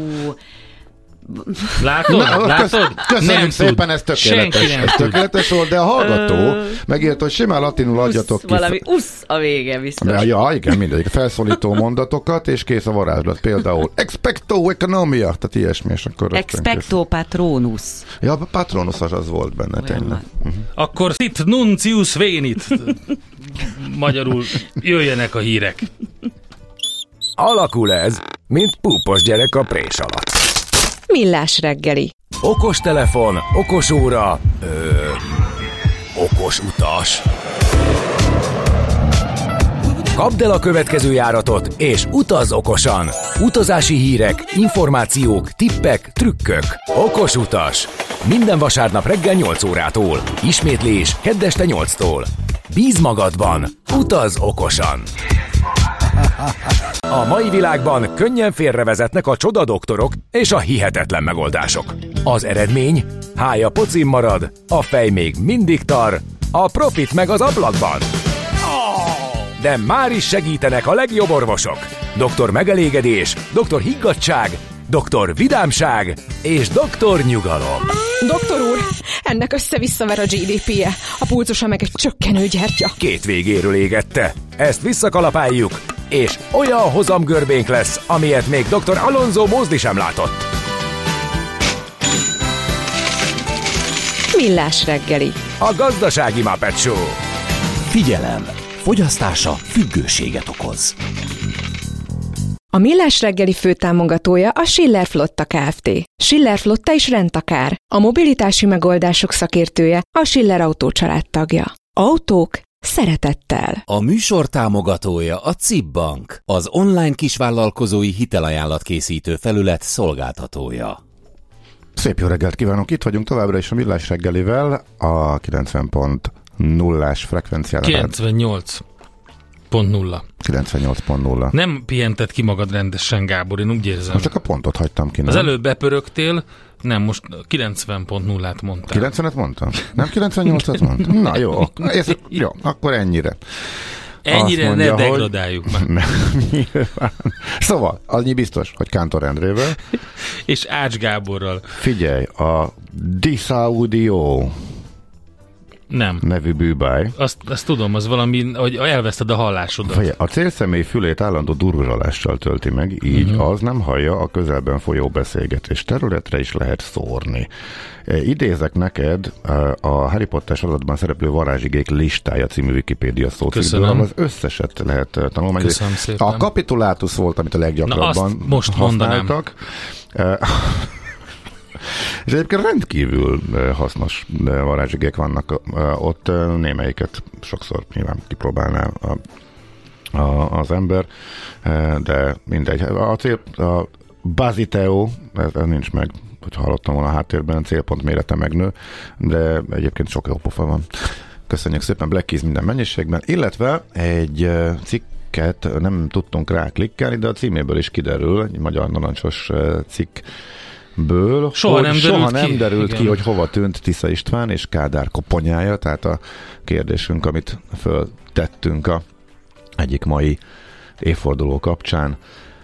Látod? Na, Látod? Köszönjük nem szépen, tud. ez tökéletes. Nem ez tud. tökéletes volt, de a hallgató megírt, hogy simán latinul adjatok ki. Valami usz a vége biztos. De, ja, igen, mindegyik. Felszólító mondatokat, és kész a varázslat. Például expecto economia, tehát ilyesmi, és akkor... Expecto patronus. Ja, a patronus az, az volt benne, Olyan tényleg. Uh-huh. Akkor sit nuncius venit. Magyarul jöjjenek a hírek. Alakul ez, mint púpos gyerek a prés alatt. Millás reggeli. Okos telefon, okos óra, ö, okos utas. Kapd el a következő járatot, és utazz okosan. Utazási hírek, információk, tippek, trükkök. Okos utas. Minden vasárnap reggel nyolc órától. Ismétlés kedd este nyolctól. Bíz magadban, utazz okosan. A mai világban könnyen félrevezetnek a csodadoktorok és a hihetetlen megoldások. Az eredmény? Hája pocim marad, a fej még mindig tar, a profit meg az ablakban. De már is segítenek a legjobb orvosok. doktor Megelégedés, doktor Higgadtság, doktor Vidámság és doktor Nyugalom. Doktor úr, ennek össze-visszaver a gé dé pé-je, a pulzusa meg egy csökkenő gyertya. Két végéről égette. Ezt visszakalapáljuk, és olyan hozamgörbénk lesz, amilyet még doktor Alonso Mosley sem látott. Millás reggeli. A gazdasági Muppet Show. Figyelem! Fogyasztása függőséget okoz. A Millás reggeli főtámogatója a Schiller Flotta Kft. Schiller Flotta is rendtakár. A mobilitási megoldások szakértője, a Schiller Autó családtagja. Autók szeretettel. A műsor támogatója a cib Bank, az online kisvállalkozói hitelajánlatkészítő felület szolgáltatója. Szép jó reggelt kívánok, itt vagyunk továbbra is a Millás reggelivel, a kilencven pont nullás frekvenciára. kilencvennyolc pont nulla. kilencvennyolc pont nulla. Nem pihented ki magad rendesen, Gábor, én úgy érzem. Most csak a pontot hagytam ki. Nem? Az előbb bepörögtél, nem, most kilencven pont nullát mondtál. kilencvenet mondtam? Nem kilencvennyolcat mondtam? Na jó, ez, jó, akkor ennyire. Ennyire mondja, ne degradáljuk hogy... már. Szóval, annyi biztos, hogy Kántor Endrével. És Ács Gáborral. Figyelj, a Disaudio Nem. nevű bűbáj. Azt, azt tudom, az valami, hogy elveszted a hallásodat. A célszemély fülét állandó duruzsolással tölti meg, így uh-huh. az nem hallja a közelben folyó beszélgetés. Területre is lehet szórni. E, idézek neked a Harry Potter sorozatban szereplő varázsigék listája című Wikipédia szócikkből, ahol az összeset lehet tanulmányozni. Köszönöm szépen. A Capitulatus volt, amit a leggyakrabban Na, most használtak. Mondanám. És egyébként rendkívül hasznos varázsigék vannak ott, némelyiket sokszor nyilván kipróbálná a, a, az ember, de mindegy. A, cél, a Baziteo, ez, ez nincs meg, hogy hallottam volna a háttérben, célpont mérete megnő, de egyébként sok jó pofa van. Köszönjük szépen, Black Keys minden mennyiségben, illetve egy cikket nem tudtunk rá klikkelni, de a címéből is kiderül, egy magyar narancsos cikk, ből, soha nem derült, soha nem ki. derült ki, hogy hova tűnt Tisza István és Kádár koponyája, tehát a kérdésünk, amit föltettünk a egyik mai évforduló kapcsán,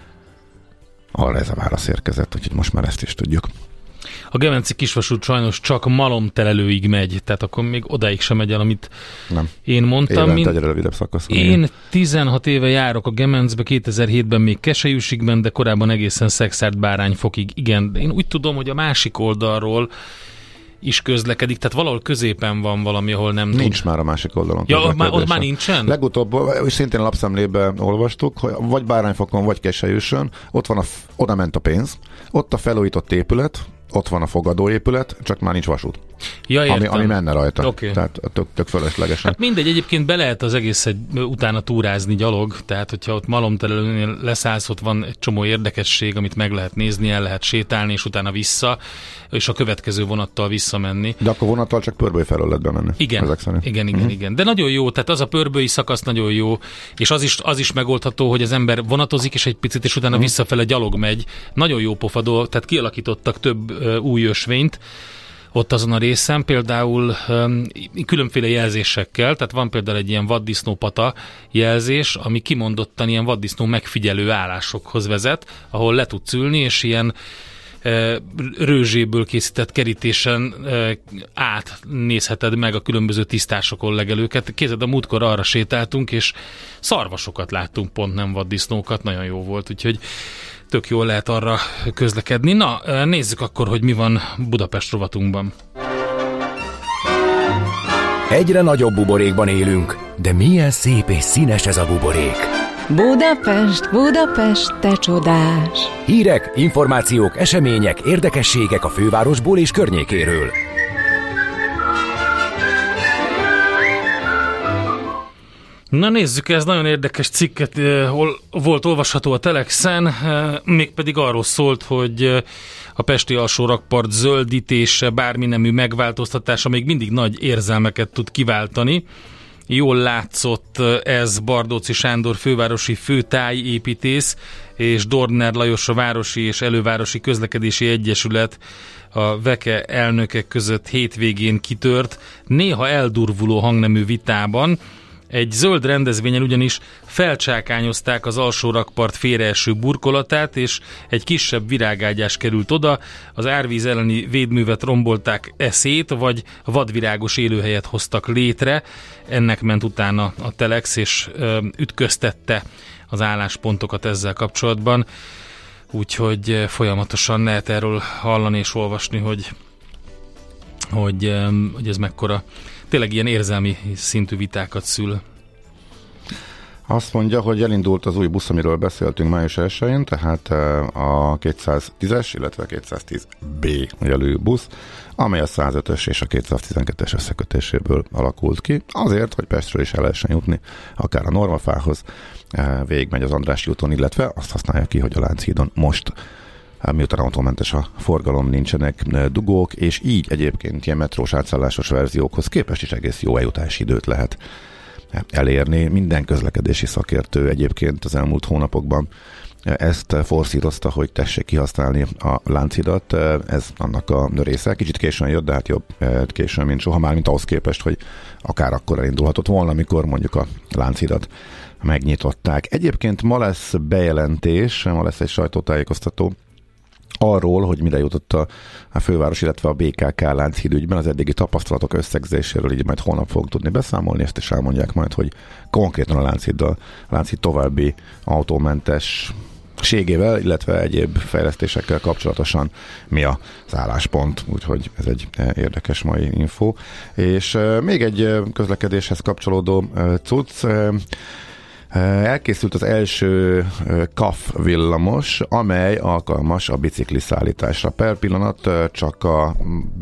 arra ez a válasz érkezett, úgyhogy most már ezt is tudjuk. A Gemenci kisvasút sajnos csak malomtelelőig megy, tehát akkor még odáig sem megy el, amit nem. én mondtam. Évente mint... egyre rövidebb szakasz. Én tizenhat éve járok a Gemencbe, kétezer-hétben még Keselyűségben, de korábban egészen Szexárd Bárányfokig. Igen, én úgy tudom, hogy a másik oldalról is közlekedik, tehát valahol középen van valami, ahol nem Nincs tud. már a másik oldalon. Ja, ott már, ott már nincsen? Legutóbb, és szintén a lapszemlében olvastuk, hogy vagy Bárányfokon, vagy Keselyűsön, ott van a, oda ment a pénz, ott a felújított épület, ott van a fogadóépület, csak már nincs vasút. Ja, ami, ami menne rajta. Okay. Tehát tök, tök fölöslegesen. Hát mindegy, egyébként be lehet az egészet utána túrázni gyalog, tehát hogyha ott malomtelelőnél leszállsz, ott van egy csomó érdekesség, amit meg lehet nézni, el lehet sétálni, és utána vissza, és a következő vonattal visszamenni. De akkor vonattal csak Pörböly felől lehet bemenni. Igen, igen, igen, uh-huh. igen. De nagyon jó, tehát az a pörbői szakasz nagyon jó, és az is, az is megoldható, hogy az ember vonatozik, és egy picit, és utána uh-huh. visszafele gyalog megy. Nagyon jó pofa dolog, tehát kialakítottak több új ösvényt ott azon a részen, például um, különféle jelzésekkel, tehát van például egy ilyen vaddisznópata jelzés, ami kimondottan ilyen vaddisznó megfigyelő állásokhoz vezet, ahol le tudsz ülni, és ilyen uh, rőzséből készített kerítésen uh, átnézheted meg a különböző tisztásokon legelőket. Képzeld, a múltkor arra sétáltunk, és szarvasokat láttunk, pont nem vaddisznókat, nagyon jó volt, úgyhogy tök jól lehet arra közlekedni. Na, nézzük akkor, hogy mi van Budapest rovatunkban. Egyre nagyobb buborékban élünk, de milyen szép és színes ez a buborék. Budapest, Budapest, te csodás! Hírek, információk, események, érdekességek a fővárosból és környékéről. Na nézzük, ez nagyon érdekes cikket hol volt olvasható a Telexen, mégpedig arról szólt, hogy a pesti alsórakpart zöldítése, bármi nemű megváltoztatása még mindig nagy érzelmeket tud kiváltani. Jól látszott ez Bardóczy Sándor fővárosi főtájépítész és Dorner Lajos a Városi és Elővárosi Közlekedési Egyesület a Veke elnökek között hétvégén kitört, néha eldurvuló hangnemű vitában. Egy zöld rendezvényen ugyanis felcsákányozták az alsórakpart félreeső burkolatát, és egy kisebb virágágyás került oda, az árvíz elleni védművet rombolták eszét, vagy vadvirágos élőhelyet hoztak létre. Ennek ment utána a Telex, és ö, ütköztette az álláspontokat ezzel kapcsolatban. Úgyhogy folyamatosan lehet erről hallani és olvasni, hogy, hogy, ö, hogy ez mekkora tényleg ilyen érzelmi szintű vitákat szül. Azt mondja, hogy elindult az új busz, amiről beszéltünk május elsején, tehát a kétszáztízes, illetve a kétszáztíz bé jelű busz, amely a százötös és a kétszáztizenkettes összekötéséből alakult ki, azért, hogy Pestről is el lehessen jutni, akár a Normafához, végigmegy az Andrássy úton, illetve azt használja ki, hogy a Lánchídon most, miután autómentes a forgalom, nincsenek dugók, és így egyébként ilyen metrós átszállásos verziókhoz képest is egész jó eljutási időt lehet elérni. Minden közlekedési szakértő egyébként az elmúlt hónapokban ezt forszírozta, hogy tessék kihasználni a Lánchidat. Ez annak a része. Kicsit későn jött, de hát jobb későn, mint soha, már mint ahhoz képest, hogy akár akkor elindulhatott volna, amikor mondjuk a Lánchidat megnyitották. Egyébként ma lesz bejelentés, ma lesz egy sajtótájékoztató arról, hogy mire jutott a, a főváros, illetve a bé ká ká Lánchíd ügyben, az eddigi tapasztalatok összegzéséről, így majd holnap fogunk tudni beszámolni, ezt is elmondják majd, hogy konkrétan a Lánchíddal, a Lánchíd további autómentes ségével, illetve egyéb fejlesztésekkel kapcsolatosan mi az álláspont, úgyhogy ez egy érdekes mai info. És még egy közlekedéshez kapcsolódó cucc, elkészült az első kaf villamos, amely alkalmas a bicikli szállításra. Per pillanat csak a...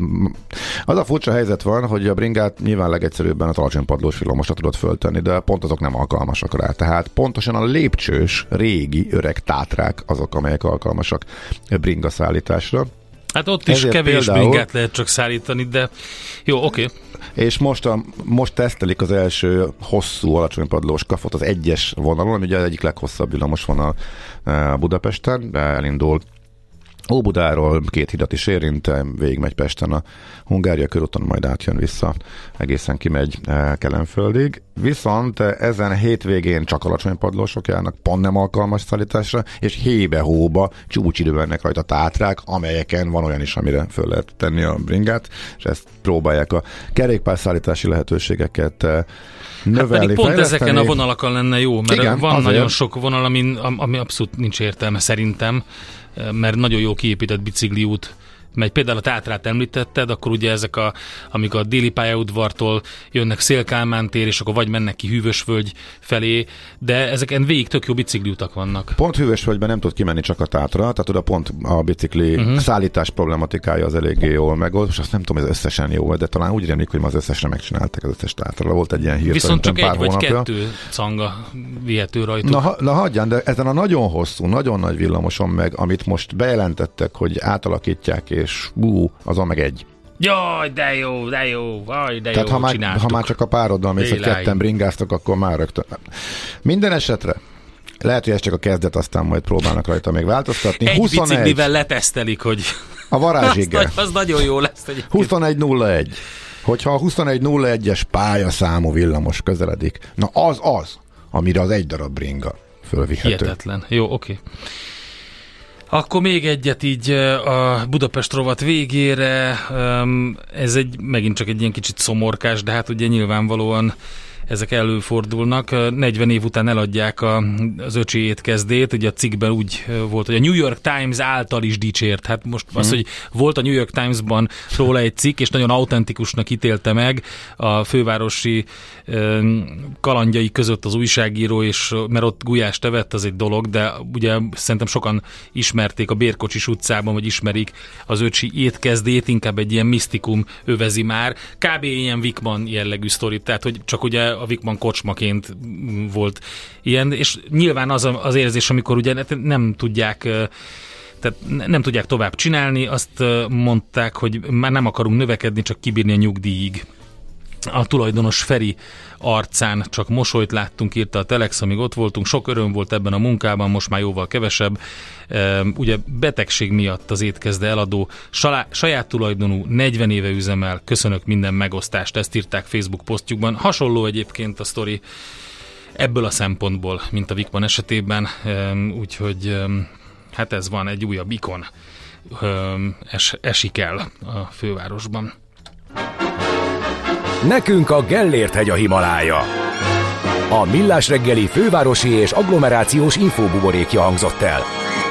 Az a furcsa helyzet van, hogy a bringát nyilván legegyszerűbben az alacsony padlós villamosra tudod föltenni, de pont azok nem alkalmasak rá. Tehát pontosan a lépcsős, régi, öreg tátrák azok, amelyek alkalmasak bringa szállításra. Hát ott is ezért kevés például bringát lehet csak szállítani, de jó, oké. Okay. És most, a, most tesztelik az első hosszú alacsonypadlós kafot az egyes vonalon, ami ugye az egyik leghosszabb villamos vonal Budapesten, elindul Óbudáról, két hidat is érint, végigmegy Pesten a Hungária körúton, majd átjön vissza, egészen kimegy Kelenföldig. Viszont ezen hétvégén csak alacsony padlósok járnak, pont nem alkalmas szállításra, és hébe-hóba csúcsidőben mennek rajta tátrák, amelyeken van olyan is, amire föl lehet tenni a bringát, és ezt próbálják a kerékpárszállítási lehetőségeket növelni, hát pont ezeken a vonalakon lenne jó, mert igen, van azért nagyon sok vonal, ami, ami abszolút nincs értelme szerintem, mert nagyon jó kiépített bicikliút megy. Például a Tátrát említetted, akkor ugye ezek, a, amik a déli pályaudvartól jönnek Széll-Kálmán tér, és akkor vagy mennek ki Hűvösvölgy felé, de ezeken végig tök jó bicikliutak vannak. Pont Hűvösvölgyben nem tud kimenni csak a Tátra, tehát oda pont a bicikli uh-huh. szállítás problematikája az eléggé jól megold, és azt nem tudom, ez összesen jó, de talán úgy rémlik, hogy ma az összesre megcsináltak az összes Tátra. Volt egy ilyen hír. Viszont csak pár egy vagy hónapja. kettő canga vihető rajtuk. Na, na hagyján, de ezen a nagyon hosszú, nagyon nagy villamoson meg, amit most bejelentettek, hogy átalakítják, és bú, azon meg egy. Jaj, de jó, de jó, vaj, de Tehát jó, ha már, csináltuk. ha már csak a pároddal mész, hogy ketten bringáztok, akkor már rögtön. Minden esetre lehet, hogy ez csak a kezdet, aztán majd próbálnak rajta még változtatni. Egy huszonegy biciklivel letesztelik, hogy A varázsiggel. Az, az nagyon jó lesz. Egyébként. huszonegy nulla egy. Hogyha a huszonegy nulla egyes pályaszámú villamos közeledik, na az az, amire az egy darab bringa fölvihető. Hihetetlen. Jó, oké. Okay. Akkor még egyet így a Budapest rovat végére. Ez egy, megint csak egy ilyen kicsit szomorkás, de hát ugye nyilvánvalóan ezek előfordulnak. negyven év után eladják a, az öcsi étkezdét. Ugye a cikkben úgy volt, hogy a New York Times által is dicsért. Hát most hmm. az, hogy volt a New York Times-ban róla egy cikk, és nagyon autentikusnak ítélte meg a fővárosi eh, kalandjai között az újságíró, és mert ott gulyást evett, az egy dolog, de ugye szerintem sokan ismerték a Bérkocsis utcában, vagy ismerik az öcsi étkezdét, inkább egy ilyen misztikum övezi már. Kb. Ilyen Wickman jellegű sztori, tehát hogy csak ugye a Wickman kocsmaként volt ilyen, és nyilván az az érzés, amikor ugye nem tudják tehát nem tudják tovább csinálni, azt mondták, hogy már nem akarunk növekedni, csak kibírni a nyugdíjig. A tulajdonos Feri arcán csak mosolyt láttunk, írta a Telex, amíg ott voltunk. Sok öröm volt ebben a munkában, most már jóval kevesebb. E, ugye betegség miatt az étkezde eladó salá, saját tulajdonú negyven éve üzemel. Köszönök minden megosztást, ezt írták Facebook posztjukban. Hasonló egyébként a sztori ebből a szempontból, mint a Wickman esetében. E, úgyhogy e, hát ez van, egy újabb ikon e, es, esik el a fővárosban. Nekünk a Gellért-hegy a Himalája. A Millás reggeli fővárosi és agglomerációs infóbuborékja hangzott el.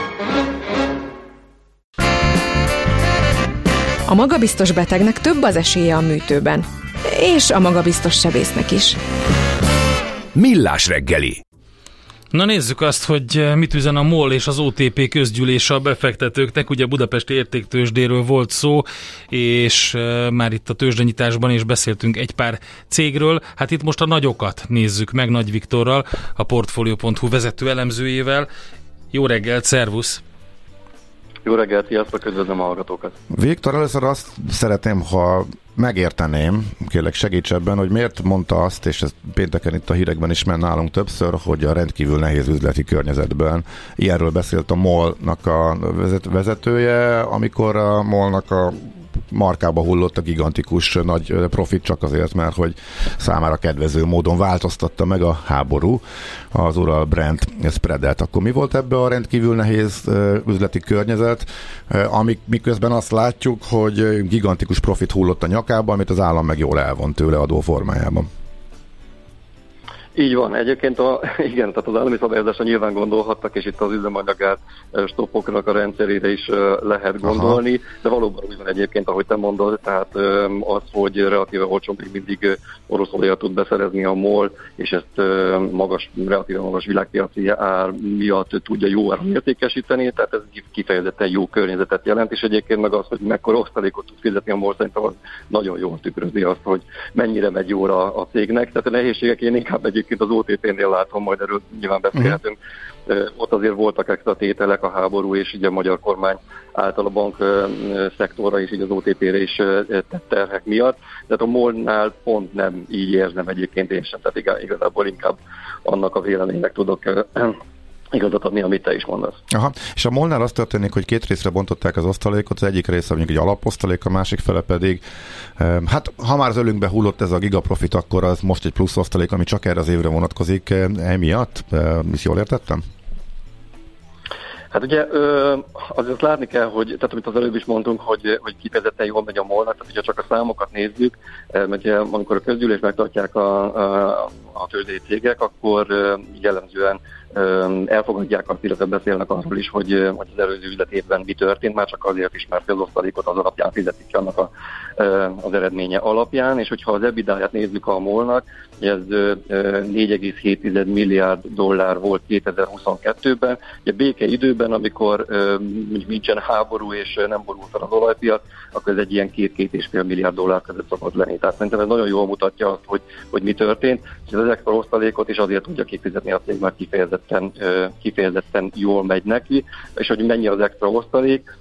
A magabiztos betegnek több az esélye a műtőben. És a magabiztos sebésznek is. Millás reggeli. Na nézzük azt, hogy mit üzen a MOL és az o té pé közgyűlése a befektetőknek. Ugye a budapesti értéktőzsdéről volt szó, és uh, már itt a tőzsdenyításban is beszéltünk egy pár cégről. Hát itt most a nagyokat nézzük meg Nagy Viktorral, a Portfolio pont hu vezető elemzőjével. Jó reggelt, szervusz! Jó reggelt, sziasztok, üdvözlöm a hallgatókat! Viktor, először azt szeretném, ha megérteném, kérlek segíts ebben, hogy miért mondta azt, és ez pénteken itt a hírekben is ment nálunk többször, hogy a rendkívül nehéz üzleti környezetben. Ilyenről beszélt a MOL-nak a vezetője, amikor a MOL-nak a markába hullott a gigantikus nagy profit csak azért, mert hogy számára kedvező módon változtatta meg a háború az Ural Brent spreadet. Akkor mi volt ebbe a rendkívül nehéz üzleti környezet, amik miközben azt látjuk, hogy gigantikus profit hullott a nyakába, amit az állam meg jól elvont tőle adó formájában? Így van. Egyébként a, igen, tehát az állami szabályozásra nyilván gondolhattak, és itt az üzemanyagát stoppoknak a rendszerére is lehet gondolni, aha, de valóban úgy van egyébként, ahogy te mondod, tehát az, hogy relatíve olcsón még mindig orosz olajat tud beszerezni a MOL, és ezt magas, relatíve magas világpiaci ár miatt tudja jó áron értékesíteni, tehát ez kifejezetten jó környezetet jelent, és egyébként meg az, hogy mekkora osztalékot tud fizetni a MOL, szerintem az nagyon jól tükrözi azt, hogy mennyire megy jóra a cégnek. Tehát a nehézségek én inkább egyébként az o té pé-nél látom, majd erről nyilván beszélhetünk. Uh-huh. Ott azért voltak extra tételek, a háború és így a magyar kormány által a bank szektorra és így az o té pére is tett terhek miatt. Tehát a MOL-nál pont nem így érzem egyébként én sem, tehát igazából inkább annak a véleménynek tudok igazat adni, amit te is mondasz. Aha. És a MOL-nál az történik, hogy két részre bontották az osztalékot, az egyik része mondjuk egy alaposztalék, a másik fele pedig, hát ha már az ölünkbe hullott ez a gigaprofit, akkor az most egy plusz osztalék, ami csak erre az évre vonatkozik emiatt. Ezt jól értettem? Hát ugye azért látni kell, hogy, tehát amit az előbb is mondtunk, hogy, hogy kifejezetten jól megy a MOL-nak, tehát hogyha csak a számokat nézzük, mert ugye, amikor a közgyűlés megtartják a, a, a tőzsdei cégek, akkor jellemzően elfogadják azt, illetve beszélnek arról is, hogy, hogy az előző üzleti évben mi történt, már csak azért is, mert az osztalékot az alapján fizetik ki annak a, az eredménye alapján, és hogyha az EBITDA-ját nézzük a MOL-nak, ez négy egész hét milliárd dollár volt kétezer-huszonkettőben, ugye békeidőben, amikor mondjuk nincsen háború és nem borult fel az olajpiac, akkor ez egy ilyen két-két és fél milliárd dollár között szokott lenni. Tehát szerintem ez nagyon jól mutatja azt, hogy, hogy mi történt, és az extra osztalékot is azért tudja kifizetni a cég, mert kifejezetten, kifejezetten jól megy neki, és hogy mennyi az extra osztalék,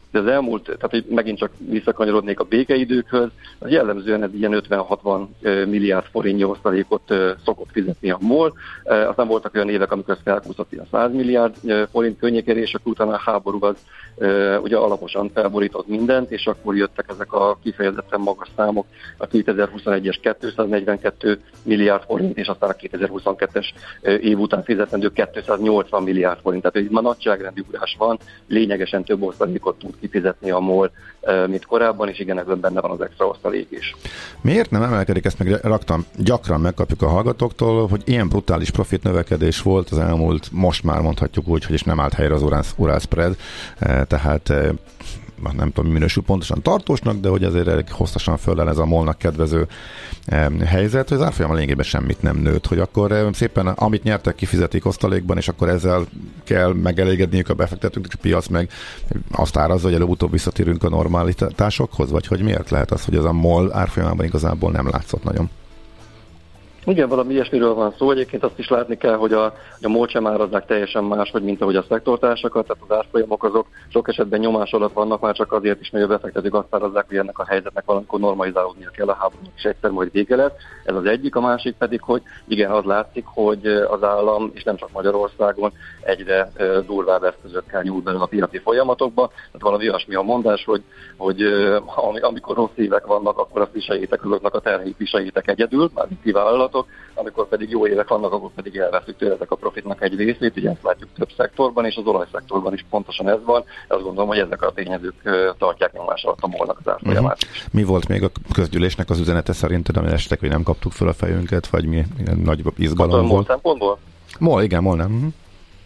de az elmúlt, tehát hogy megint csak visszakanyarodnék a békeidőkhöz, az jellemzően ez ilyen ötven-hatvan milliárd forintnyi osztalékot szokott fizetni a MOL. Aztán voltak olyan évek, amikor ez felkúszott ilyen száz milliárd forint környékén, és akkor utána a háború az ugye alaposan felborított mindent, és akkor jöttek ezek a kifejezetten magas számok, a kétezer-huszonegyes kétszáznegyvenkettő milliárd forint, és aztán a kétezer-huszonkettes év után fizetendő kétszáznyolcvan milliárd forint. Tehát itt már nagyságrendi ugrás van, lényegesen több osztalékot tud kifizetni a MOL, mint korábban, és igen, ebben benne van az extra osztalék is. Miért nem emelkedik, ezt meg raktam, gyakran megkapjuk a hallgatóktól, hogy ilyen brutális profit növekedés volt az elmúlt, most már mondhatjuk úgy, hogy is nem állt helyre az Ural spread, tehát nem tudom, minősül pontosan tartósnak, de hogy azért elég hosszasan föl ez a MOL-nak kedvező helyzet, hogy az árfolyam a lényegében semmit nem nőtt, hogy akkor szépen amit nyertek, kifizetik osztalékban, és akkor ezzel kell megelégedniük a befektetőknek, és a piac meg azt árazza, hogy előbb-utóbb visszatérünk a normalitásokhoz, vagy hogy miért lehet az, hogy az a MOL árfolyamában igazából nem látszott nagyon? Igen, valami ilyesmiről van szó. Egyébként azt is látni kell, hogy a, a MOL sem árazzák teljesen máshogy, mint ahogy a szektortársakat, tehát az árfolyamok azok sok esetben nyomás alatt vannak, már csak azért is, mert a befektetők azt árazzák, hogy ennek a helyzetnek valamikor normalizálódnia kell, a háborúnak is egyszer majd vége lesz. Ez az egyik, a másik pedig, hogy igen, az látszik, hogy az állam, és nem csak Magyarországon, egyre durvább eszközökkel nyúl bele a piaci folyamatokba. Tehát valami olyasmi a mondás, hogy, hogy amikor rossz évek vannak, akkor azt viseljétek, azoknak a terheit viseljétek egyedül, már ti vállalatok. Amikor pedig jó évek vannak, akkor pedig elveszük tőletek a profitnak egy részét, ugye ezt látjuk több szektorban, és az olajszektorban is pontosan ez van. Azt gondolom, hogy ezek a tényezők tartják nyomás alatt a MOL-nak az árfolyamát. Uh-huh. Mi volt még a közgyűlésnek az üzenete szerinted, ami esetleg, hogy nem kaptuk fel a fejünket, vagy mi nagy izgalom volt? MOL szempontból? MOL, igen, MOL nem. Uh-huh.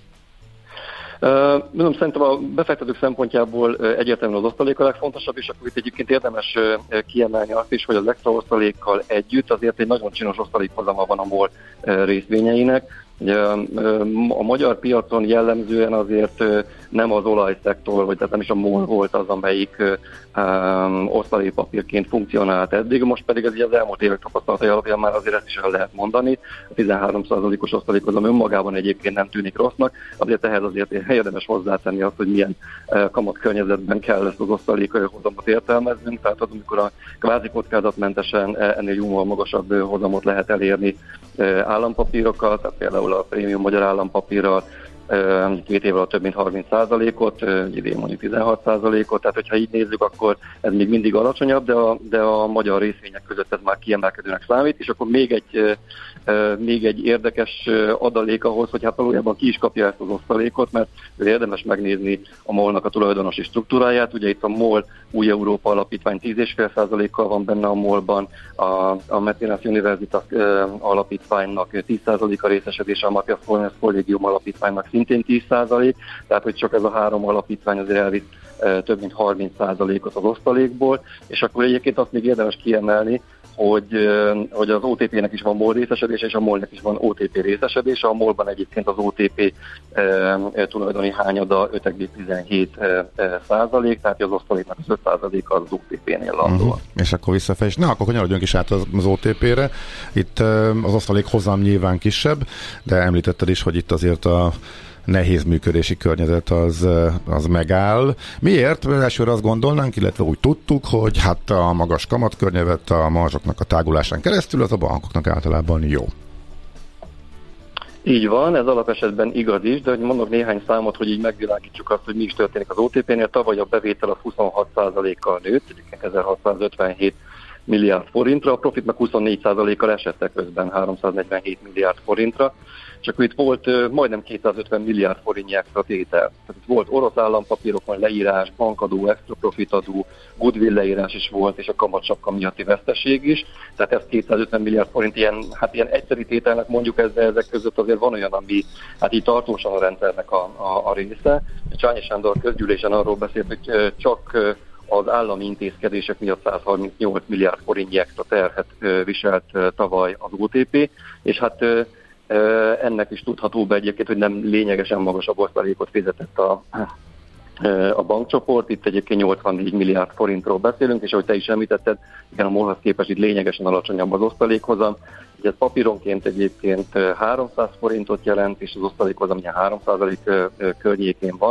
Uh, mondom, szerintem a befektetők szempontjából uh, egyértelműen az osztalék a legfontosabb, és akkor itt egyébként érdemes uh, kiemelni azt is, hogy az extra osztalékkal együtt azért egy nagyon csinos osztalékhozama van a MOL uh, részvényeinek. Ugye, a magyar piacon jellemzően azért nem az olajszektor, vagy tehát nem is a MOL volt az, amelyik um, osztalékpapírként funkcionált eddig, most pedig az, az elmúlt évek tapasztalatai alapján már azért ezt is el lehet mondani. A tizenhárom százalékos osztalékozom önmagában egyébként nem tűnik rossznak, azért ehhez azért érdemes hozzátenni azt, hogy milyen uh, kamatkörnyezetben kell ezt az osztalékhozamot értelmeznünk, tehát az, amikor a kvázi kockázatmentesen ennél jóval magasabb hozamot lehet elérni uh, állampapírokkal, tehát például a prémium magyar állampapírral két évvel több mint harminc százalékot, idén mondjuk tizenhat százalékot, tehát hogyha így nézzük, akkor ez még mindig alacsonyabb, de a, de a magyar részvények között ez már kiemelkedőnek számít, és akkor még egy, még egy érdekes adalék ahhoz, hogy hát valójában ki is kapja ezt az osztalékot, mert érdemes megnézni a MOL-nak a tulajdonosi struktúráját. Ugye itt a MOL Új Európa Alapítvány tíz egész öt százalékkal van benne a MOL-ban, a, a Metinas Universitas alapítványnak tíz százaléka részesedése, a Matthias Kolnes Kollégium alapítványnak szintén tíz százalék, tehát hogy csak ez a három alapítvány azért elvitt több mint harminc százalékot az osztalékból, és akkor egyébként azt még érdemes kiemelni, hogy, hogy az o té pé-nek is van MOL részesedése, és a MOL-nek is van o té pé részesedése. A MOL-ban egyébként az o té pé e, tulajdoni hányada öt egész tizenhét százalék, tehát az osztaléknak az öt százaléka az o té pé-nél landol. Uh-huh. És akkor visszafejés. Na, akkor kanyarodjunk is át az, az o té pé-re. Itt az osztalék hozam nyilván kisebb, de említetted is, hogy itt azért a nehéz működési környezet az, az megáll. Miért? Elsőre azt gondolnánk, illetve úgy tudtuk, hogy hát a magas kamatkörnyezet a marzsoknak a tágulásán keresztül az a bankoknak általában jó. Így van, ez alapesetben igaz is, de hogy mondok néhány számot, hogy így megvilágítsuk azt, hogy mi is történik az o té pé-nél. Tavaly a bevétel a huszonhat százalékkal nőtt, ezerhatszázötvenhét milliárd forintra, a profit meg huszonnégy százalékkal esett közben háromszáznegyvenhét milliárd forintra. Csak itt volt majdnem kétszázötven milliárd forintnyi extra tétel. Tehát itt volt orosz állampapírokon leírás, bankadó, extra profitadó, goodwill leírás is volt, és a kamatsapka miatti veszteség is. Tehát ez kétszázötven milliárd forint, ilyen, hát ilyen egyszerű tételnek mondjuk ez, de ezek között azért van olyan, ami hát így tartósan a rendszernek a, a, a része. Csányi Sándor közgyűlésen arról beszélt, hogy csak az állami intézkedések miatt százharmincnyolc milliárd forintnyi extra terhet viselt tavaly az o té pé, és hát ennek is tudható be egyébként, hogy nem lényegesen magasabb osztalékot fizetett a, a bankcsoport. Itt egyébként nyolcvannégy milliárd forintról beszélünk, és ahogy te is említetted, igen, a MOL-hoz képest itt lényegesen alacsonyabb az osztalékhozam. Ez papíronként egyébként háromszáz forintot jelent, és az osztalékhozam ilyen három százalék környékén van.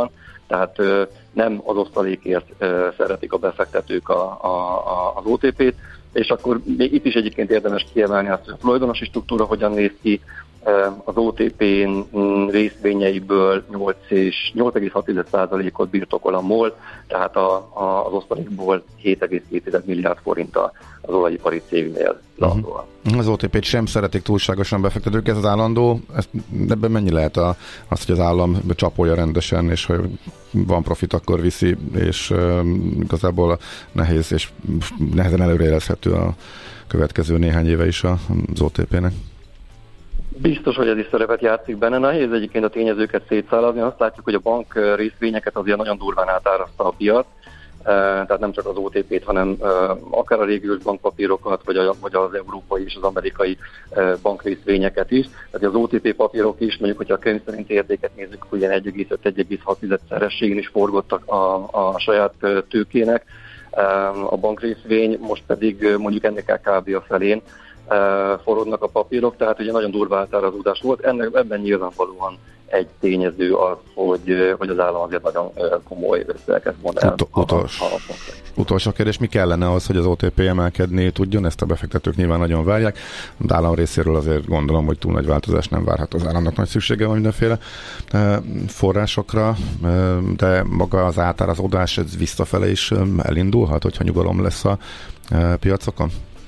tehát nem az osztalékért szeretik a befektetők a, a, a, az o té pét, és akkor még itt is egyébként érdemes kiemelni azt, hogy a tulajdonosi struktúra hogyan néz ki. Az o té pén részvényeiből nyolc egész hat százalékot birtokol a MOL, tehát a, a, az osztalékból hét egész két milliárd forint az olajipari cégnél landóan. Uh-huh. Az o té pét sem szeretik túlságosan befektetők, ez az állandó, ezt, ebben mennyi lehet a, az, hogy az állam csapolja rendesen, és ha van profit, akkor viszi, és uh, igazából nehéz és nehezen előrejelezhető a következő néhány éve is az o té pének. Biztos, hogy ez is szerepet játszik benne. Nehéz egyébként a tényezőket szétszálazni. Azt látjuk, hogy a bank részvényeket azért nagyon durván átárazta a piac. Tehát nem csak az o té pét, hanem akár a régiós bankpapírokat, vagy, a, vagy az európai és az amerikai bankrészvényeket is. Tehát az o té pé papírok is, mondjuk, hogyha a könyv szerinti értéket nézzük, ugye egy egész öt - egy egész hat szerességén is forgottak a, a saját tőkének. A bankrészvény most pedig mondjuk ennek kb. A felén forognak a papírok, tehát ugye nagyon durva átárazódás volt. Ennek, ebben nyilvánvalóan egy tényező az, hogy, hogy az állam azért nagyon komoly összeget mond el. Ut- utolsó, utolsó kérdés, mi kellene az, hogy az o té pé emelkedni tudjon? Ezt a befektetők nyilván nagyon várják. Az állam részéről azért gondolom, hogy túl nagy változás nem várható. Az államnak nagy szüksége van mindenféle forrásokra, de maga az átárazódás ez visszafele is elindulhat, hogyha nyugalom lesz a piacokon?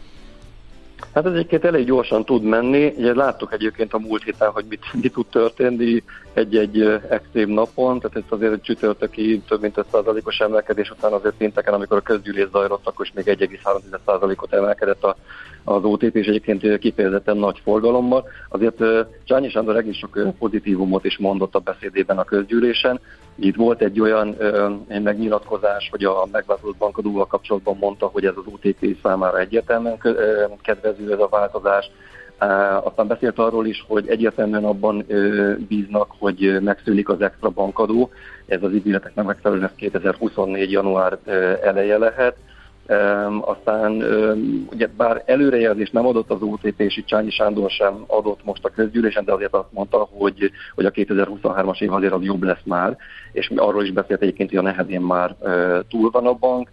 Hát ez egyébként elég gyorsan tud menni. Ugye láttuk egyébként a múlt héten, hogy mit, mit tud történni egy-egy extrém napon, tehát ez azért egy csütörtöki több mint öt százalékos emelkedés után azért pénteken, amikor a közgyűlés zajlott, akkor is még egy egész három százalékot emelkedett a, az o té pé, és egyébként kifejezetten nagy forgalommal. Azért Csányi Sándor egész sok pozitívumot is mondott a beszédében a közgyűlésen. Itt volt egy olyan ö, megnyilatkozás, hogy a megváltozott bankadóval kapcsolatban mondta, hogy ez az o té pé számára egyértelműen ö, kedvező ez a változás. Uh, aztán beszélt arról is, hogy egyértelműen abban uh, bíznak, hogy megszűnik az extra bankadó. Ez az ígéreteknek megfelelően kétezer-huszonnégy január uh, eleje lehet. Um, aztán um, ugye bár előrejelzést nem adott az o té pé, és itt Csányi Sándor sem adott most a közgyűlésen, de azért azt mondta, hogy, hogy a kétezer-huszonhármas év azért az jobb lesz már, és arról is beszélt egyébként, hogy a nehezén már uh, túl van a bank.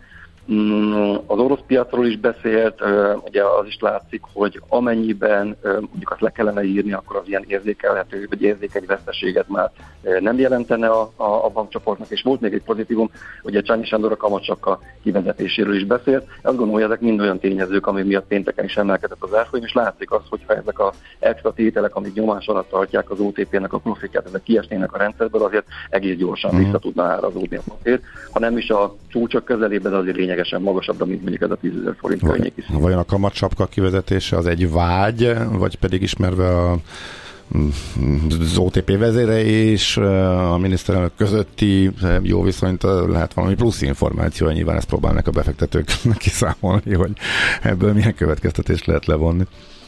Az orosz piacról is beszélt, ugye az is látszik, hogy amennyiben mondjuk azt le kellene írni, akkor az ilyen érzékelhető, vagy érzékeny veszteséget már nem jelentene a, a, a bankcsoportnak, és volt még egy pozitívum, ugye Csányi Sándor a kamatsapka kivezetéséről is beszélt. Azt gondolom, hogy ezek mind olyan tényezők, ami miatt pénteken is emelkedett az árfolyam, és látszik az, hogyha ezek az extra tételek, amik nyomás alatt tartják az o té pének a profitját, ezek kiesnének a rendszerből, azért egész gyorsan mm. vissza tudna árazódni a papír. Ha nem is a csúcsok közelében, de azért lényegesen magasabbra, mint mondjuk ez a tízezer forint környék is. Vajon a kamatsapka kivezetése az egy vágy, vagy pedig ismerve a az o té pé vezére és a miniszterelnök közötti jó viszonyt lehet valami plusz információ, nyilván ezt próbálnak a befektetők kiszámolni, hogy ebből milyen következtetést lehet levonni.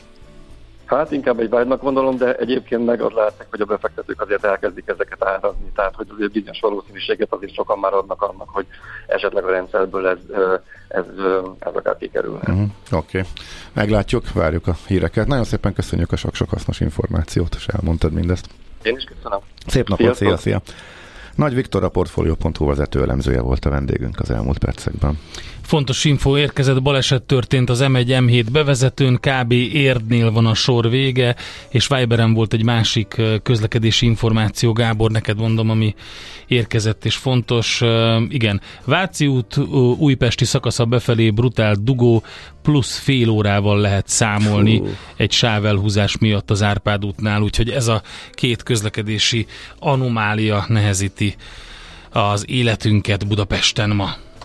Hát inkább egy vágynak gondolom, de egyébként meg az látszik, hogy a befektetők azért elkezdik ezeket árazni, tehát hogy azért bizonyos valószínűséget azért sokan már adnak annak, hogy esetleg a rendszerből ez, ez, ez akár kikerülne. Uh-huh. Oké, okay. Meglátjuk, várjuk a híreket. Nagyon szépen köszönjük a sok-sok hasznos információt, és elmondtad mindezt. Én is köszönöm. Szép napot, szia, szia! Nagy Viktor, a Portfolio pont hu vezető elemzője volt a vendégünk az elmúlt percekben. Fontos info érkezett, baleset történt az em egy em hét bevezetőn, kb. Érdnél van a sor vége, és Viberen volt egy másik közlekedési információ, Gábor, neked mondom, ami érkezett és fontos. Igen, Váci út újpesti szakasza befelé brutál dugó, plusz fél órával lehet számolni Hú. egy sávelhúzás miatt az Árpád útnál, úgyhogy ez a két közlekedési anomália nehezíti az életünket Budapesten ma.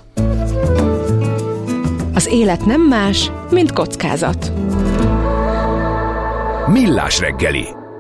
Az élet nem más, mint kockázat. Millás reggeli.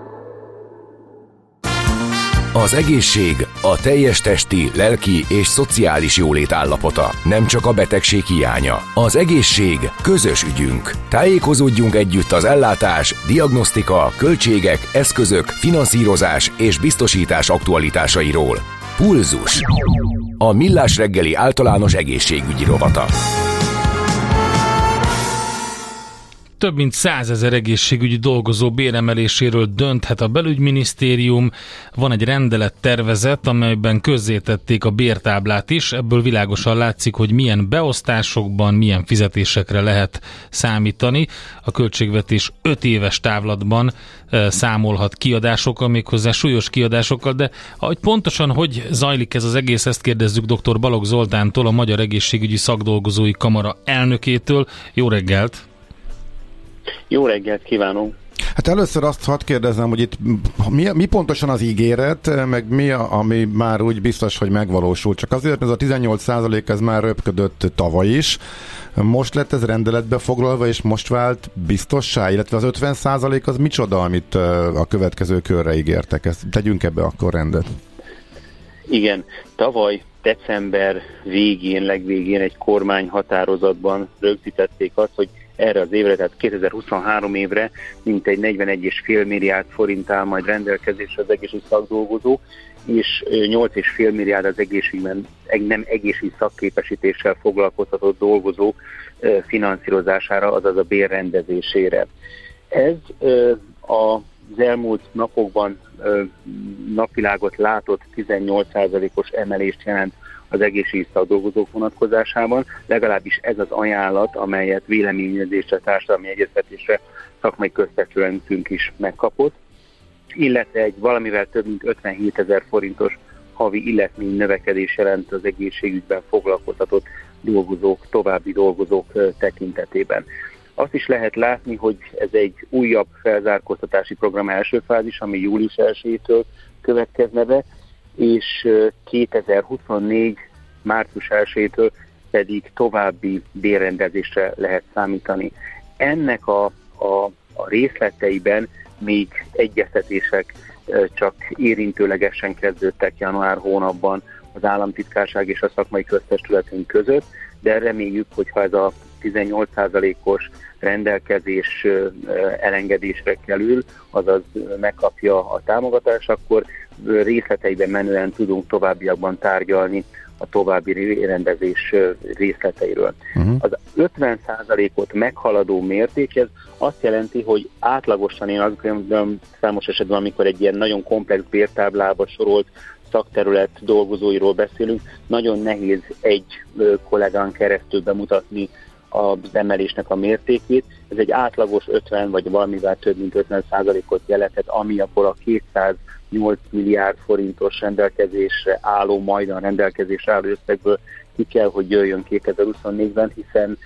Az egészség a teljes testi, lelki és szociális jólét állapota, nem csak a betegség hiánya. Az egészség közös ügyünk. Tájékozódjunk együtt az ellátás, diagnosztika, költségek, eszközök, finanszírozás és biztosítás aktualitásairól. Pulzus. A Millás reggeli általános egészségügyi rovata. Több mint százezer egészségügyi dolgozó béremeléséről dönthet a belügyminisztérium. Van egy rendelettervezet, amelyben közzétették a bértáblát is. Ebből világosan látszik, hogy milyen beosztásokban, milyen fizetésekre lehet számítani. A költségvetés öt éves távlatban e, számolhat kiadásokkal, méghozzá súlyos kiadásokkal, de ahogy pontosan hogy zajlik ez az egész, ezt kérdezzük dr. Balogh Zoltántól, a Magyar Egészségügyi Szakdolgozói Kamara elnökétől. Jó reggelt! Jó reggelt kívánok! Hát először azt hadd kérdezem, hogy itt mi, mi pontosan az ígéret, meg mi, a, ami már úgy biztos, hogy megvalósul. Csak azért, ez a tizennyolc százalék ez már röpködött tavaly is. Most lett ez rendeletbe foglalva, és most vált biztossá, illetve az ötven százalék az micsoda, amit a következő körre ígértek. Ezt tegyünk ebbe akkor rendet. Igen, tavaly december végén, legvégén egy kormányhatározatban rögzítették azt, hogy erre az évre, tehát kétezer-huszonhárom évre mintegy negyvenegy egész öt milliárd forint áll majd rendelkezésre az egészségügyi szakdolgozók, és nyolc egész öt milliárd az egészségben nem egészségügyi szakképesítéssel foglalkoztatott dolgozók finanszírozására, azaz a bérrendezésére. Ez az elmúlt napokban napvilágot látott tizennyolc százalékos emelést jelent az egészségügyi szakdolgozók vonatkozásában, legalábbis ez az ajánlat, amelyet véleményezésre, társadalmi egyeztetésre szakmai köztestületünk is megkapott, illetve egy valamivel több mint ötvenhétezer forintos havi illetmény növekedés jelent az egészségügyben foglalkoztatott dolgozók, további dolgozók tekintetében. Azt is lehet látni, hogy ez egy újabb felzárkóztatási program első fázis, ami július elsejétől következne be, és kétezer-huszonnégy március elsejétől pedig további bérrendezésre lehet számítani. Ennek a, a, a részleteiben még egyeztetések csak érintőlegesen kezdődtek január hónapban az államtitkárság és a szakmai köztestületünk között, de reméljük, hogyha ez a tizennyolc százalékos rendelkezés elengedésre kerül, azaz megkapja a támogatást, akkor részleteiben menően tudunk továbbiakban tárgyalni a további rendezés részleteiről. Uh-huh. Az ötven százalékot meghaladó mérték, ez azt jelenti, hogy átlagosan én azt gondolom számos esetben, amikor egy ilyen nagyon komplex bértáblába sorolt szakterület dolgozóiról beszélünk, nagyon nehéz egy kollégán keresztül bemutatni az emelésnek a mértékét. Ez egy átlagos ötven vagy valamivel több mint ötven százalékot jelenthet, ami akkor a kétszáznyolc milliárd forintos rendelkezésre álló, majdan rendelkezésre álló összegből ki kell, hogy jöjjön kétezer-huszonnégyben, hiszen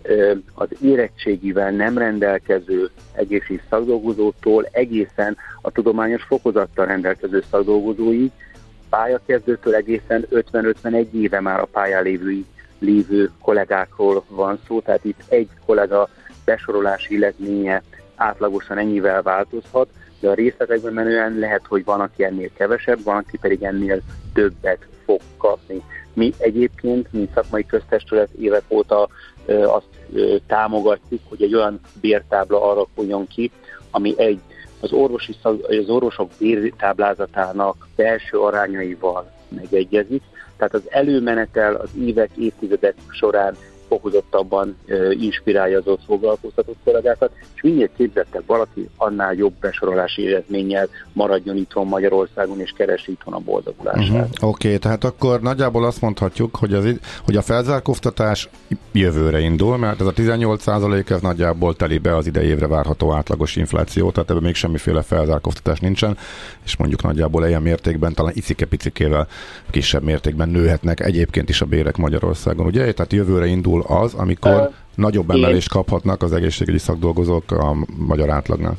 az érettségivel nem rendelkező egészségügyi szakdolgozótól egészen a tudományos fokozattal rendelkező szakdolgozóig, pályakezdőtől egészen ötven-ötvenegy éve már a pályán lévő, lévő kollégákról van szó, tehát itt egy kollega besorolási illetménye átlagosan ennyivel változhat, de a részletekben menően lehet, hogy van, aki ennél kevesebb, van, aki pedig ennél többet fog kapni. Mi egyébként, mint szakmai köztestület évek óta ö, azt ö, támogatjuk, hogy egy olyan bértábla alakuljon ki, ami egy az, orvosi szak, az orvosok bértáblázatának belső arányaival megegyezik, tehát az előmenetel az évek, évtizedek során fokozottabban uh, inspirálja az ott foglalkoztatott kollégákat, és minél képzettebb valaki, annál jobb besorolási eredménnyel maradjon itthon Magyarországon, és keresi itthon a boldogulását. Uh-huh. Oké, okay, tehát akkor nagyjából azt mondhatjuk, hogy, az, hogy a felzárkóztatás jövőre indul, mert ez a tizennyolc százalék ez nagyjából teli be az idei évre várható átlagos infláció, tehát ebben még semmiféle felzárkóztatás nincsen, és mondjuk nagyjából ilyen mértékben, talán icike-picikével kisebb mértékben nőhetnek egyébként is a bérek Magyarországon, ugye? Tehát jövőre indul az, amikor uh, nagyobb emelést kaphatnak az egészségügyi szakdolgozók a magyar átlagnál.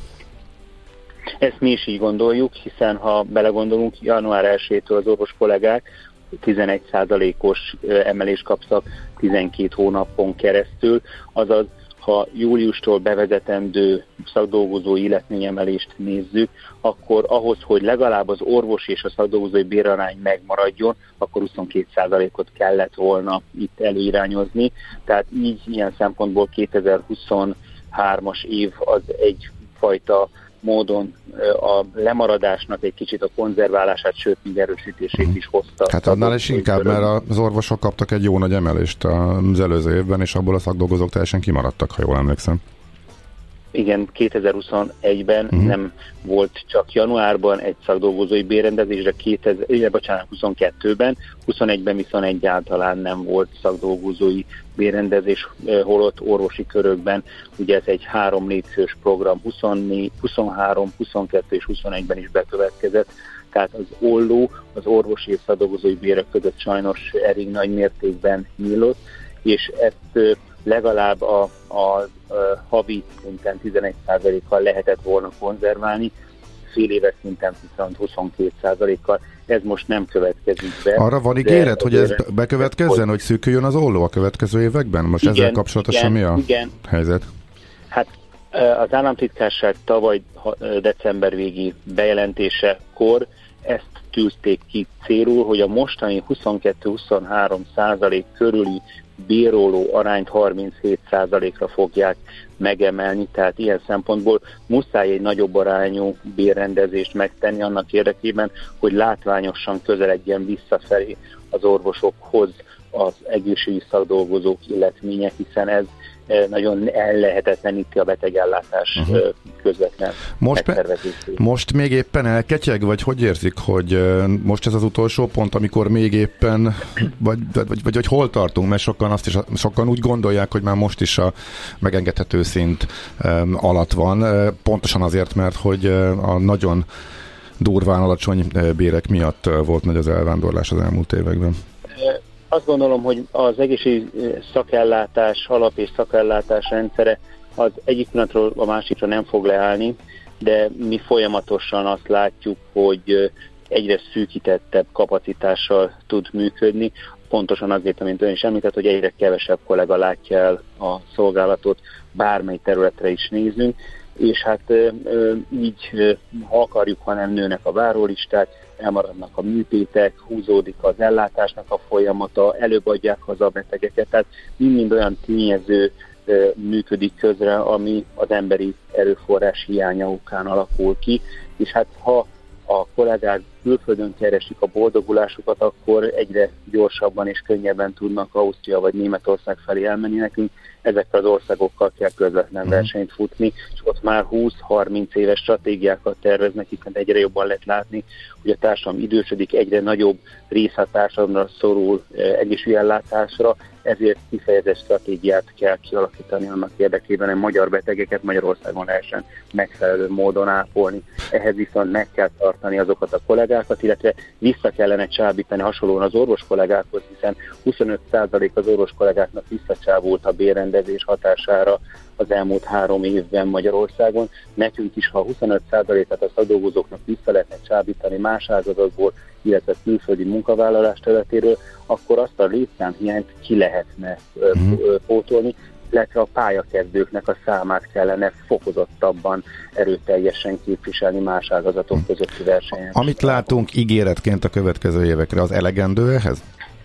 Ezt mi is így gondoljuk, hiszen ha belegondolunk, január elsejétől az orvos kollégák tizenegy százalékos emelést kaptak tizenkét hónapon keresztül, azaz ha júliustól bevezetendő szakdolgozói illetményemelést nézzük, akkor ahhoz, hogy legalább az orvosi és a szakdolgozói bérarány megmaradjon, akkor huszonkét százalékot kellett volna itt előirányozni. Tehát így ilyen szempontból kétezer-huszonhármas év az egyfajta módon a lemaradásnak egy kicsit a konzerválását, sőt, még erősítését is hozta. Hát annál is inkább, mert az orvosok kaptak egy jó nagy emelést az előző évben, és abból a szakdolgozók teljesen kimaradtak, ha jól emlékszem. igen, kétezer-huszonegyben uh-huh. nem volt csak januárban egy szakdolgozói bérrendezés, de kétezer, bocsánat, huszonkettőben, huszonegyben viszont egyáltalán nem volt szakdolgozói bérrendezés, holott orvosi körökben, ugye ez egy három lépcsős program, huszonnégy, huszonhárom, huszonkettő és huszonegyben is bekövetkezett, tehát az olló az orvosi és szakdolgozói bérek között sajnos elég nagy mértékben nyílott, és ezt legalább a, a, a havi szinten tizenegy százalékkal lehetett volna konzerválni, fél éves szinten viszont huszonkét százalékkal. Ez most nem következik be. Arra van ígéret, hogy ez bekövetkezzen, hogy, hogy szűküljön az olló a következő években? Most igen, ezzel kapcsolatosan mi a igen. helyzet? Hát az államtitkárság tavaly december végi bejelentésekor ezt tűzték ki célul, hogy a mostani huszonkettő-huszonhárom százalék körüli béróló arányt harminchét százalékra fogják megemelni, tehát ilyen szempontból muszáj egy nagyobb arányú bérrendezést megtenni annak érdekében, hogy látványosan közeledjen visszafelé az orvosokhoz az egészségügyi szakdolgozók illetménye, hiszen ez nagyon ellehetetleníti a betegellátás uh-huh. közvetlen most, megtervezését. Most még éppen elketyeg, vagy hogy érzik, hogy most ez az utolsó pont, amikor még éppen, vagy, vagy, vagy hogy hol tartunk, mert sokan, azt is, sokan úgy gondolják, hogy már most is a megengedhető szint um, alatt van, pontosan azért, mert hogy a nagyon durván alacsony bérek miatt volt nagy az elvándorlás az elmúlt években. Azt gondolom, hogy az egészségügyi szakellátás, alap és szakellátás rendszere az egyik pillanatról a másikra nem fog leállni, de mi folyamatosan azt látjuk, hogy egyre szűkítettebb kapacitással tud működni, pontosan azért, amint ön is említett, hogy egyre kevesebb kollega látja el a szolgálatot, bármely területre is nézünk, és hát így, ha akarjuk, ha nem nőnek a várólisták, elmaradnak a műtétek, húzódik az ellátásnak a folyamata, előbb adják haza a betegeket, tehát mind-mind olyan tényező működik közre, ami az emberi erőforrás hiánya okán alakul ki, és hát ha a kollégák külföldön keresik a boldogulásukat, akkor egyre gyorsabban és könnyebben tudnak Ausztria vagy Németország felé elmenni nekünk. Ezekkel az országokkal kell közvetlen versenyt futni, és ott már húsz-harminc éves stratégiákat terveznek, hiszen egyre jobban lehet látni, hogy a társadalom idősödik, egyre nagyobb része a társadalomra szorul egészségügyi ellátásra, ezért kifejezett stratégiát kell kialakítani annak érdekében, hogy magyar betegeket Magyarországon lehessen megfelelő módon ápolni. Ehhez viszont meg kell tartani azokat a kollégákat, illetve vissza kellene csábítani hasonlóan az orvos kollégákhoz, hiszen huszonöt százalék az orvos kollégáknak visszacsábult a bérrendezés hatására az elmúlt három évben Magyarországon. Nekünk is, ha huszonöt százalékát a szakdolgozóknak vissza lehetne csábítani más ágazatból, illetve külföldi munkavállalás területéről, akkor azt a létszámhiányt ki lehetne uh-huh. pótolni, illetve a pályakezdőknek a számát kellene fokozottabban, erőteljesen képviselni más ágazatok közötti versenyen. Amit látunk ígéretként a következő évekre, az elegendő ehhez?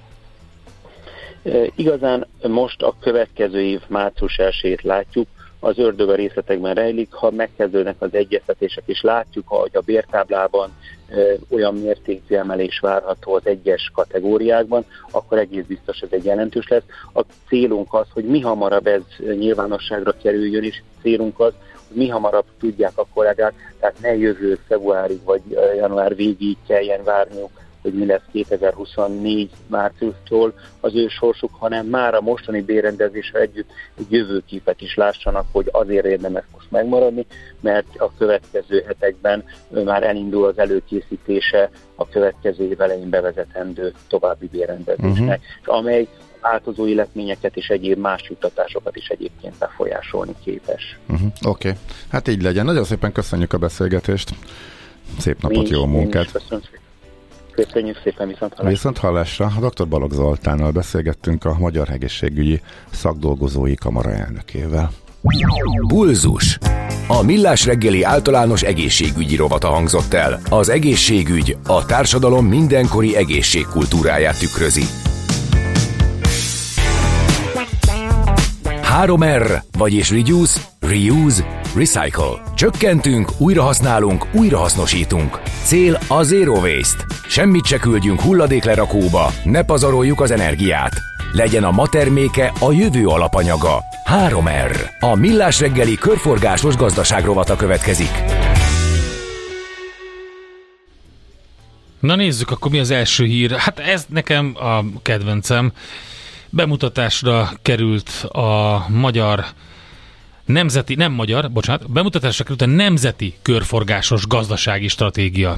E, igazán most a következő év március elsejét látjuk, az ördög a részletekben rejlik, ha megkezdődnek az egyeztetések, és látjuk, hogy a bértáblában e, olyan mértékű emelés várható az egyes kategóriákban, akkor egész biztos ez egy jelentős lesz. A célunk az, hogy mi hamarabb ez nyilvánosságra kerüljön, és célunk az, hogy mi hamarabb tudják a kollégák, tehát ne jövő februárig vagy január végig kelljen várniuk, hogy mi lesz kétezer-huszonnégy márciustól az ő sorsuk, hanem már a mostani bérrendezéssel együtt egy jövőképet is lássanak, hogy azért érdemes most megmaradni, mert a következő hetekben már elindul az előkészítése a következő év elején bevezetendő további bérrendezésnek, uh-huh. amely változó életményeket és egyéb más juttatásokat is egyébként befolyásolni képes. Uh-huh. Oké, okay. Hát így legyen. Nagyon szépen köszönjük a beszélgetést. Szép napot, nincs, jó munkát! Köszönjük szépen, viszont hallásra. Viszont hallásra. A doktor Balogh Zoltánnal beszélgettünk, a Magyar Egészségügyi Szakdolgozói Kamara elnökével. Pulzus. A Millás reggeli általános egészségügyi rovata hangzott el. Az egészségügy a társadalom mindenkori egészségkultúráját tükrözi. három er, vagyis Reduce, Reuse, Recycle. Csökkentünk, újrahasználunk, újrahasznosítunk. Cél a Zero Waste. Semmit se küldjünk hulladéklerakóba, ne pazaroljuk az energiát. Legyen a ma terméke a jövő alapanyaga. három er. A Millás reggeli körforgásos gazdaság rovata következik. Na nézzük, akkor mi az első hír. Hát ez nekem a kedvencem. Bemutatásra került a magyar nemzeti, nem magyar, bocsánat, bemutatásra került a nemzeti körforgásos gazdasági stratégia.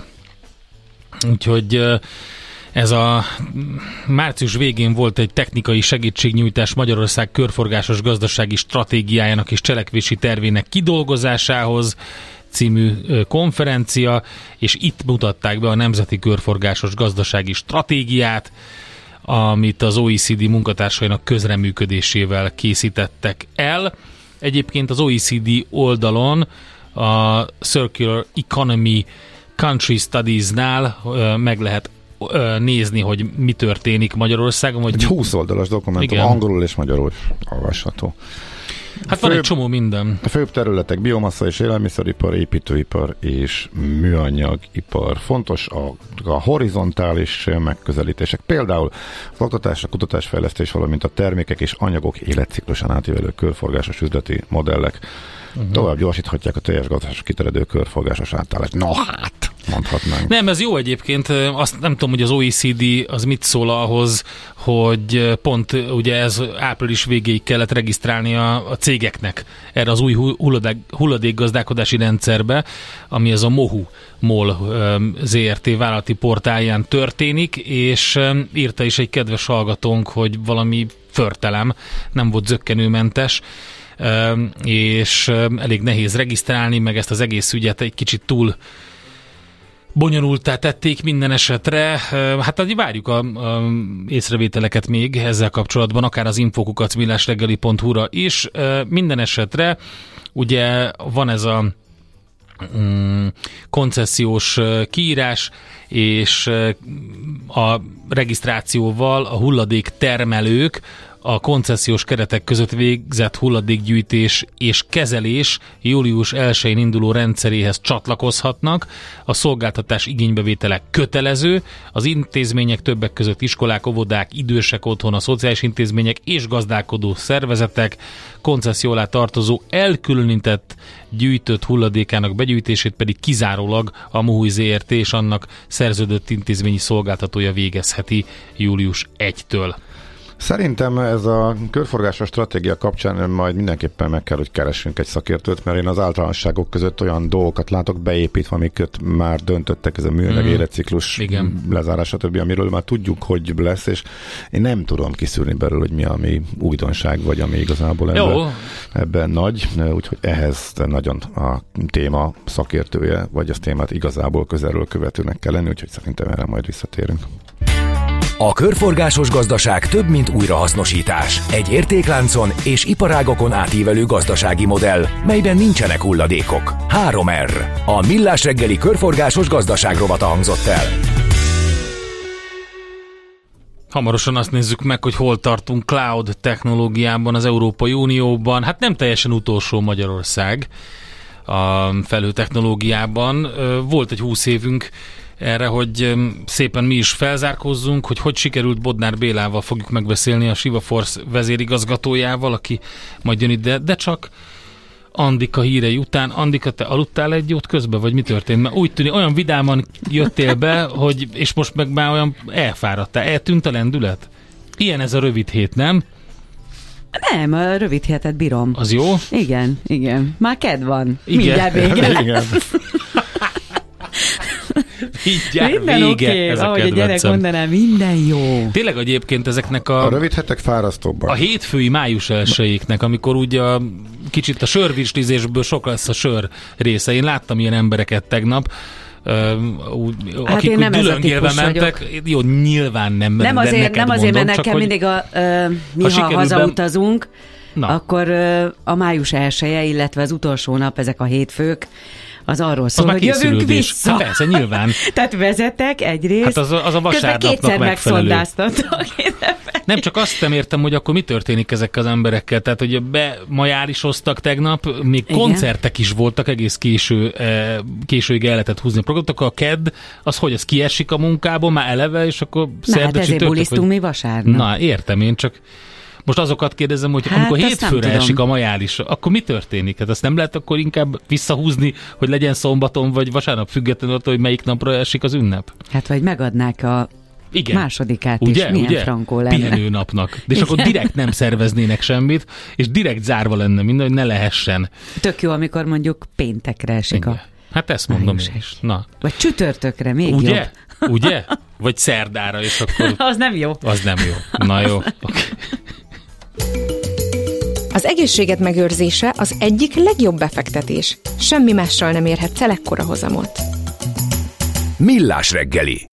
Úgyhogy ez a március végén volt egy technikai segítségnyújtás Magyarország körforgásos gazdasági stratégiájának és cselekvési tervének kidolgozásához című konferencia, és itt mutatták be a nemzeti körforgásos gazdasági stratégiát, amit az o e cé dé munkatársainak közreműködésével készítettek el. Egyébként az o e cé dé oldalon a Circular Economy Country Studies-nál meg lehet nézni, hogy mi történik Magyarországon. Vagy egy húsz oldalas dokumentum, igen. Angolul és magyarul olvasható. Hát van főbb, egy csomó minden. A főbb területek biomassa és élelmiszeripar, építőipar és műanyagipar. Fontos a, a horizontális megközelítések. Például az oktatás, a kutatásfejlesztés, valamint a termékek és anyagok életciklusán átívelő körforgásos üzleti modellek. Uh-huh. Tovább gyorsíthatják a teljes gazdaságos kiterjedő körforgásos átállást. No hát, mondhatnánk. Nem, ez jó egyébként. Azt nem tudom, hogy az o e cé dé az mit szól ahhoz, hogy pont ugye ez április végéig kellett regisztrálni a, a cégeknek erre az új hulladék, hulladékgazdálkodási rendszerbe, ami ez a Mohu MOL zé er té vállalati portálján történik, és írta is egy kedves hallgatónk, hogy valami förtelem, nem volt zökkenőmentes, és elég nehéz regisztrálni, meg ezt az egész ügyet egy kicsit túl bonyolulttá tették minden esetre. Hát addig várjuk a, a észrevételeket még ezzel kapcsolatban, akár az infokukat millásreggeli pont hu-ra is. Minden esetre ugye van ez a mm, koncesziós kiírás, és a regisztrációval a hulladék termelők a koncesziós keretek között végzett hulladékgyűjtés és kezelés július elsején induló rendszeréhez csatlakozhatnak. A szolgáltatás igénybevétele kötelező, az intézmények többek között iskolák, óvodák, idősek otthon, a szociális intézmények és gazdálkodó szervezetek koncesszió alá tartozó elkülönített gyűjtött hulladékának begyűjtését pedig kizárólag a Mohu zé er té és annak szerződött intézményi szolgáltatója végezheti július elsejétől. Szerintem ez a körforgásos stratégia kapcsán majd mindenképpen meg kell, hogy keressünk egy szakértőt, mert én az általánosságok között olyan dolgokat látok beépítve, amiket már döntöttek, ez a műanyag mm. életciklus lezárás, stb., amiről már tudjuk, hogy lesz, és én nem tudom kiszűrni belőle, hogy mi ami újdonság, vagy ami igazából ebben, ebben nagy, úgyhogy ehhez nagyon a téma szakértője, vagy az témát igazából közelről követőnek kell lenni, úgyhogy szerintem erre majd visszatérünk. A körforgásos gazdaság több, mint újrahasznosítás. Egy értékláncon és iparágokon átívelő gazdasági modell, melyben nincsenek hulladékok. három er. A Millás reggeli körforgásos gazdaság rovata hangzott el. Hamarosan azt nézzük meg, hogy hol tartunk cloud technológiában az Európai Unióban. Hát nem teljesen utolsó Magyarország a felhőtechnológiában. Volt egy húsz évünk erre, hogy szépen mi is felzárkózzunk, hogy hogy sikerült Bodnár Bélával fogjuk megbeszélni, a Shiva Force vezérigazgatójával, aki majd jön ide, de csak Andika hírei után. Andika, te aludtál egy jót közben, vagy mi történt? Mert úgy tűnik, olyan vidáman jöttél be, hogy, és most meg már olyan elfáradtál. Eltűnt a lendület? Ilyen ez a rövid hét, nem? Nem, a rövid hétet bírom. Az jó? Igen, igen. Már kedv van. Igen. Mindjárt vége. Igen. Mindjárt minden vége, okay, ez a ahogy kedvencem. A gyerek mondaná, minden jó. Tényleg egyébként ezeknek a... A rövid hetek fárasztóbbak. A hétfői május elsejéknek, amikor úgy a kicsit a sörvislizésből sok lesz a sör része. Én láttam ilyen embereket tegnap, Uh, úgy, hát akik úgy dülöngélve mentek, vagyok. Jó, nyilván nem. Nem azért, nem azért mondom, mert nekem mindig a, uh, mi ha, ha hazautazunk, be... akkor uh, a május elseje, illetve az utolsó nap, ezek a hétfők, Az arról szól, az hogy jövünk vissza. Hát persze, nyilván. Tehát vezetek egyrészt, hát az a, az a vasárnapnak kétszer megfelelő. megszondáztattak. Nem, csak azt nem értem, hogy akkor mi történik ezekkel az emberekkel. Tehát, hogy be majárisoztak tegnap, még igen. koncertek is voltak, egész késő, későig el lehetett húzni a programot, akkor a kedd, az hogy, az kiesik a munkából már eleve, és akkor szerda, hát ezért bulisztunk mi vasárnap. Na, értem én, csak most azokat kérdezem, hogy hát amikor hétfőre esik a majáris, akkor mi történik? Hát azt nem lehet akkor inkább visszahúzni, hogy legyen szombaton vagy vasárnap, függetlenül attól, hogy melyik napra esik az ünnep? Hát vagy megadnák a igen. másodikát ugye, is, milyen ugye? frankó lenne. Pihenőnapnak. És akkor direkt nem szerveznének semmit, és direkt zárva lenne minden, hogy ne lehessen. Tök jó, amikor mondjuk péntekre esik igen. a hát ezt mondom én is. Na. Vagy csütörtökre, még ugye? jobb. Ugye? Vagy szerdára, és akkor... az nem jó. Az nem jó. Na jó. Okay. Az egészséged megőrzése az egyik legjobb befektetés. Semmi mással nem érhetsz el ekkora hozamot. Millás reggeli.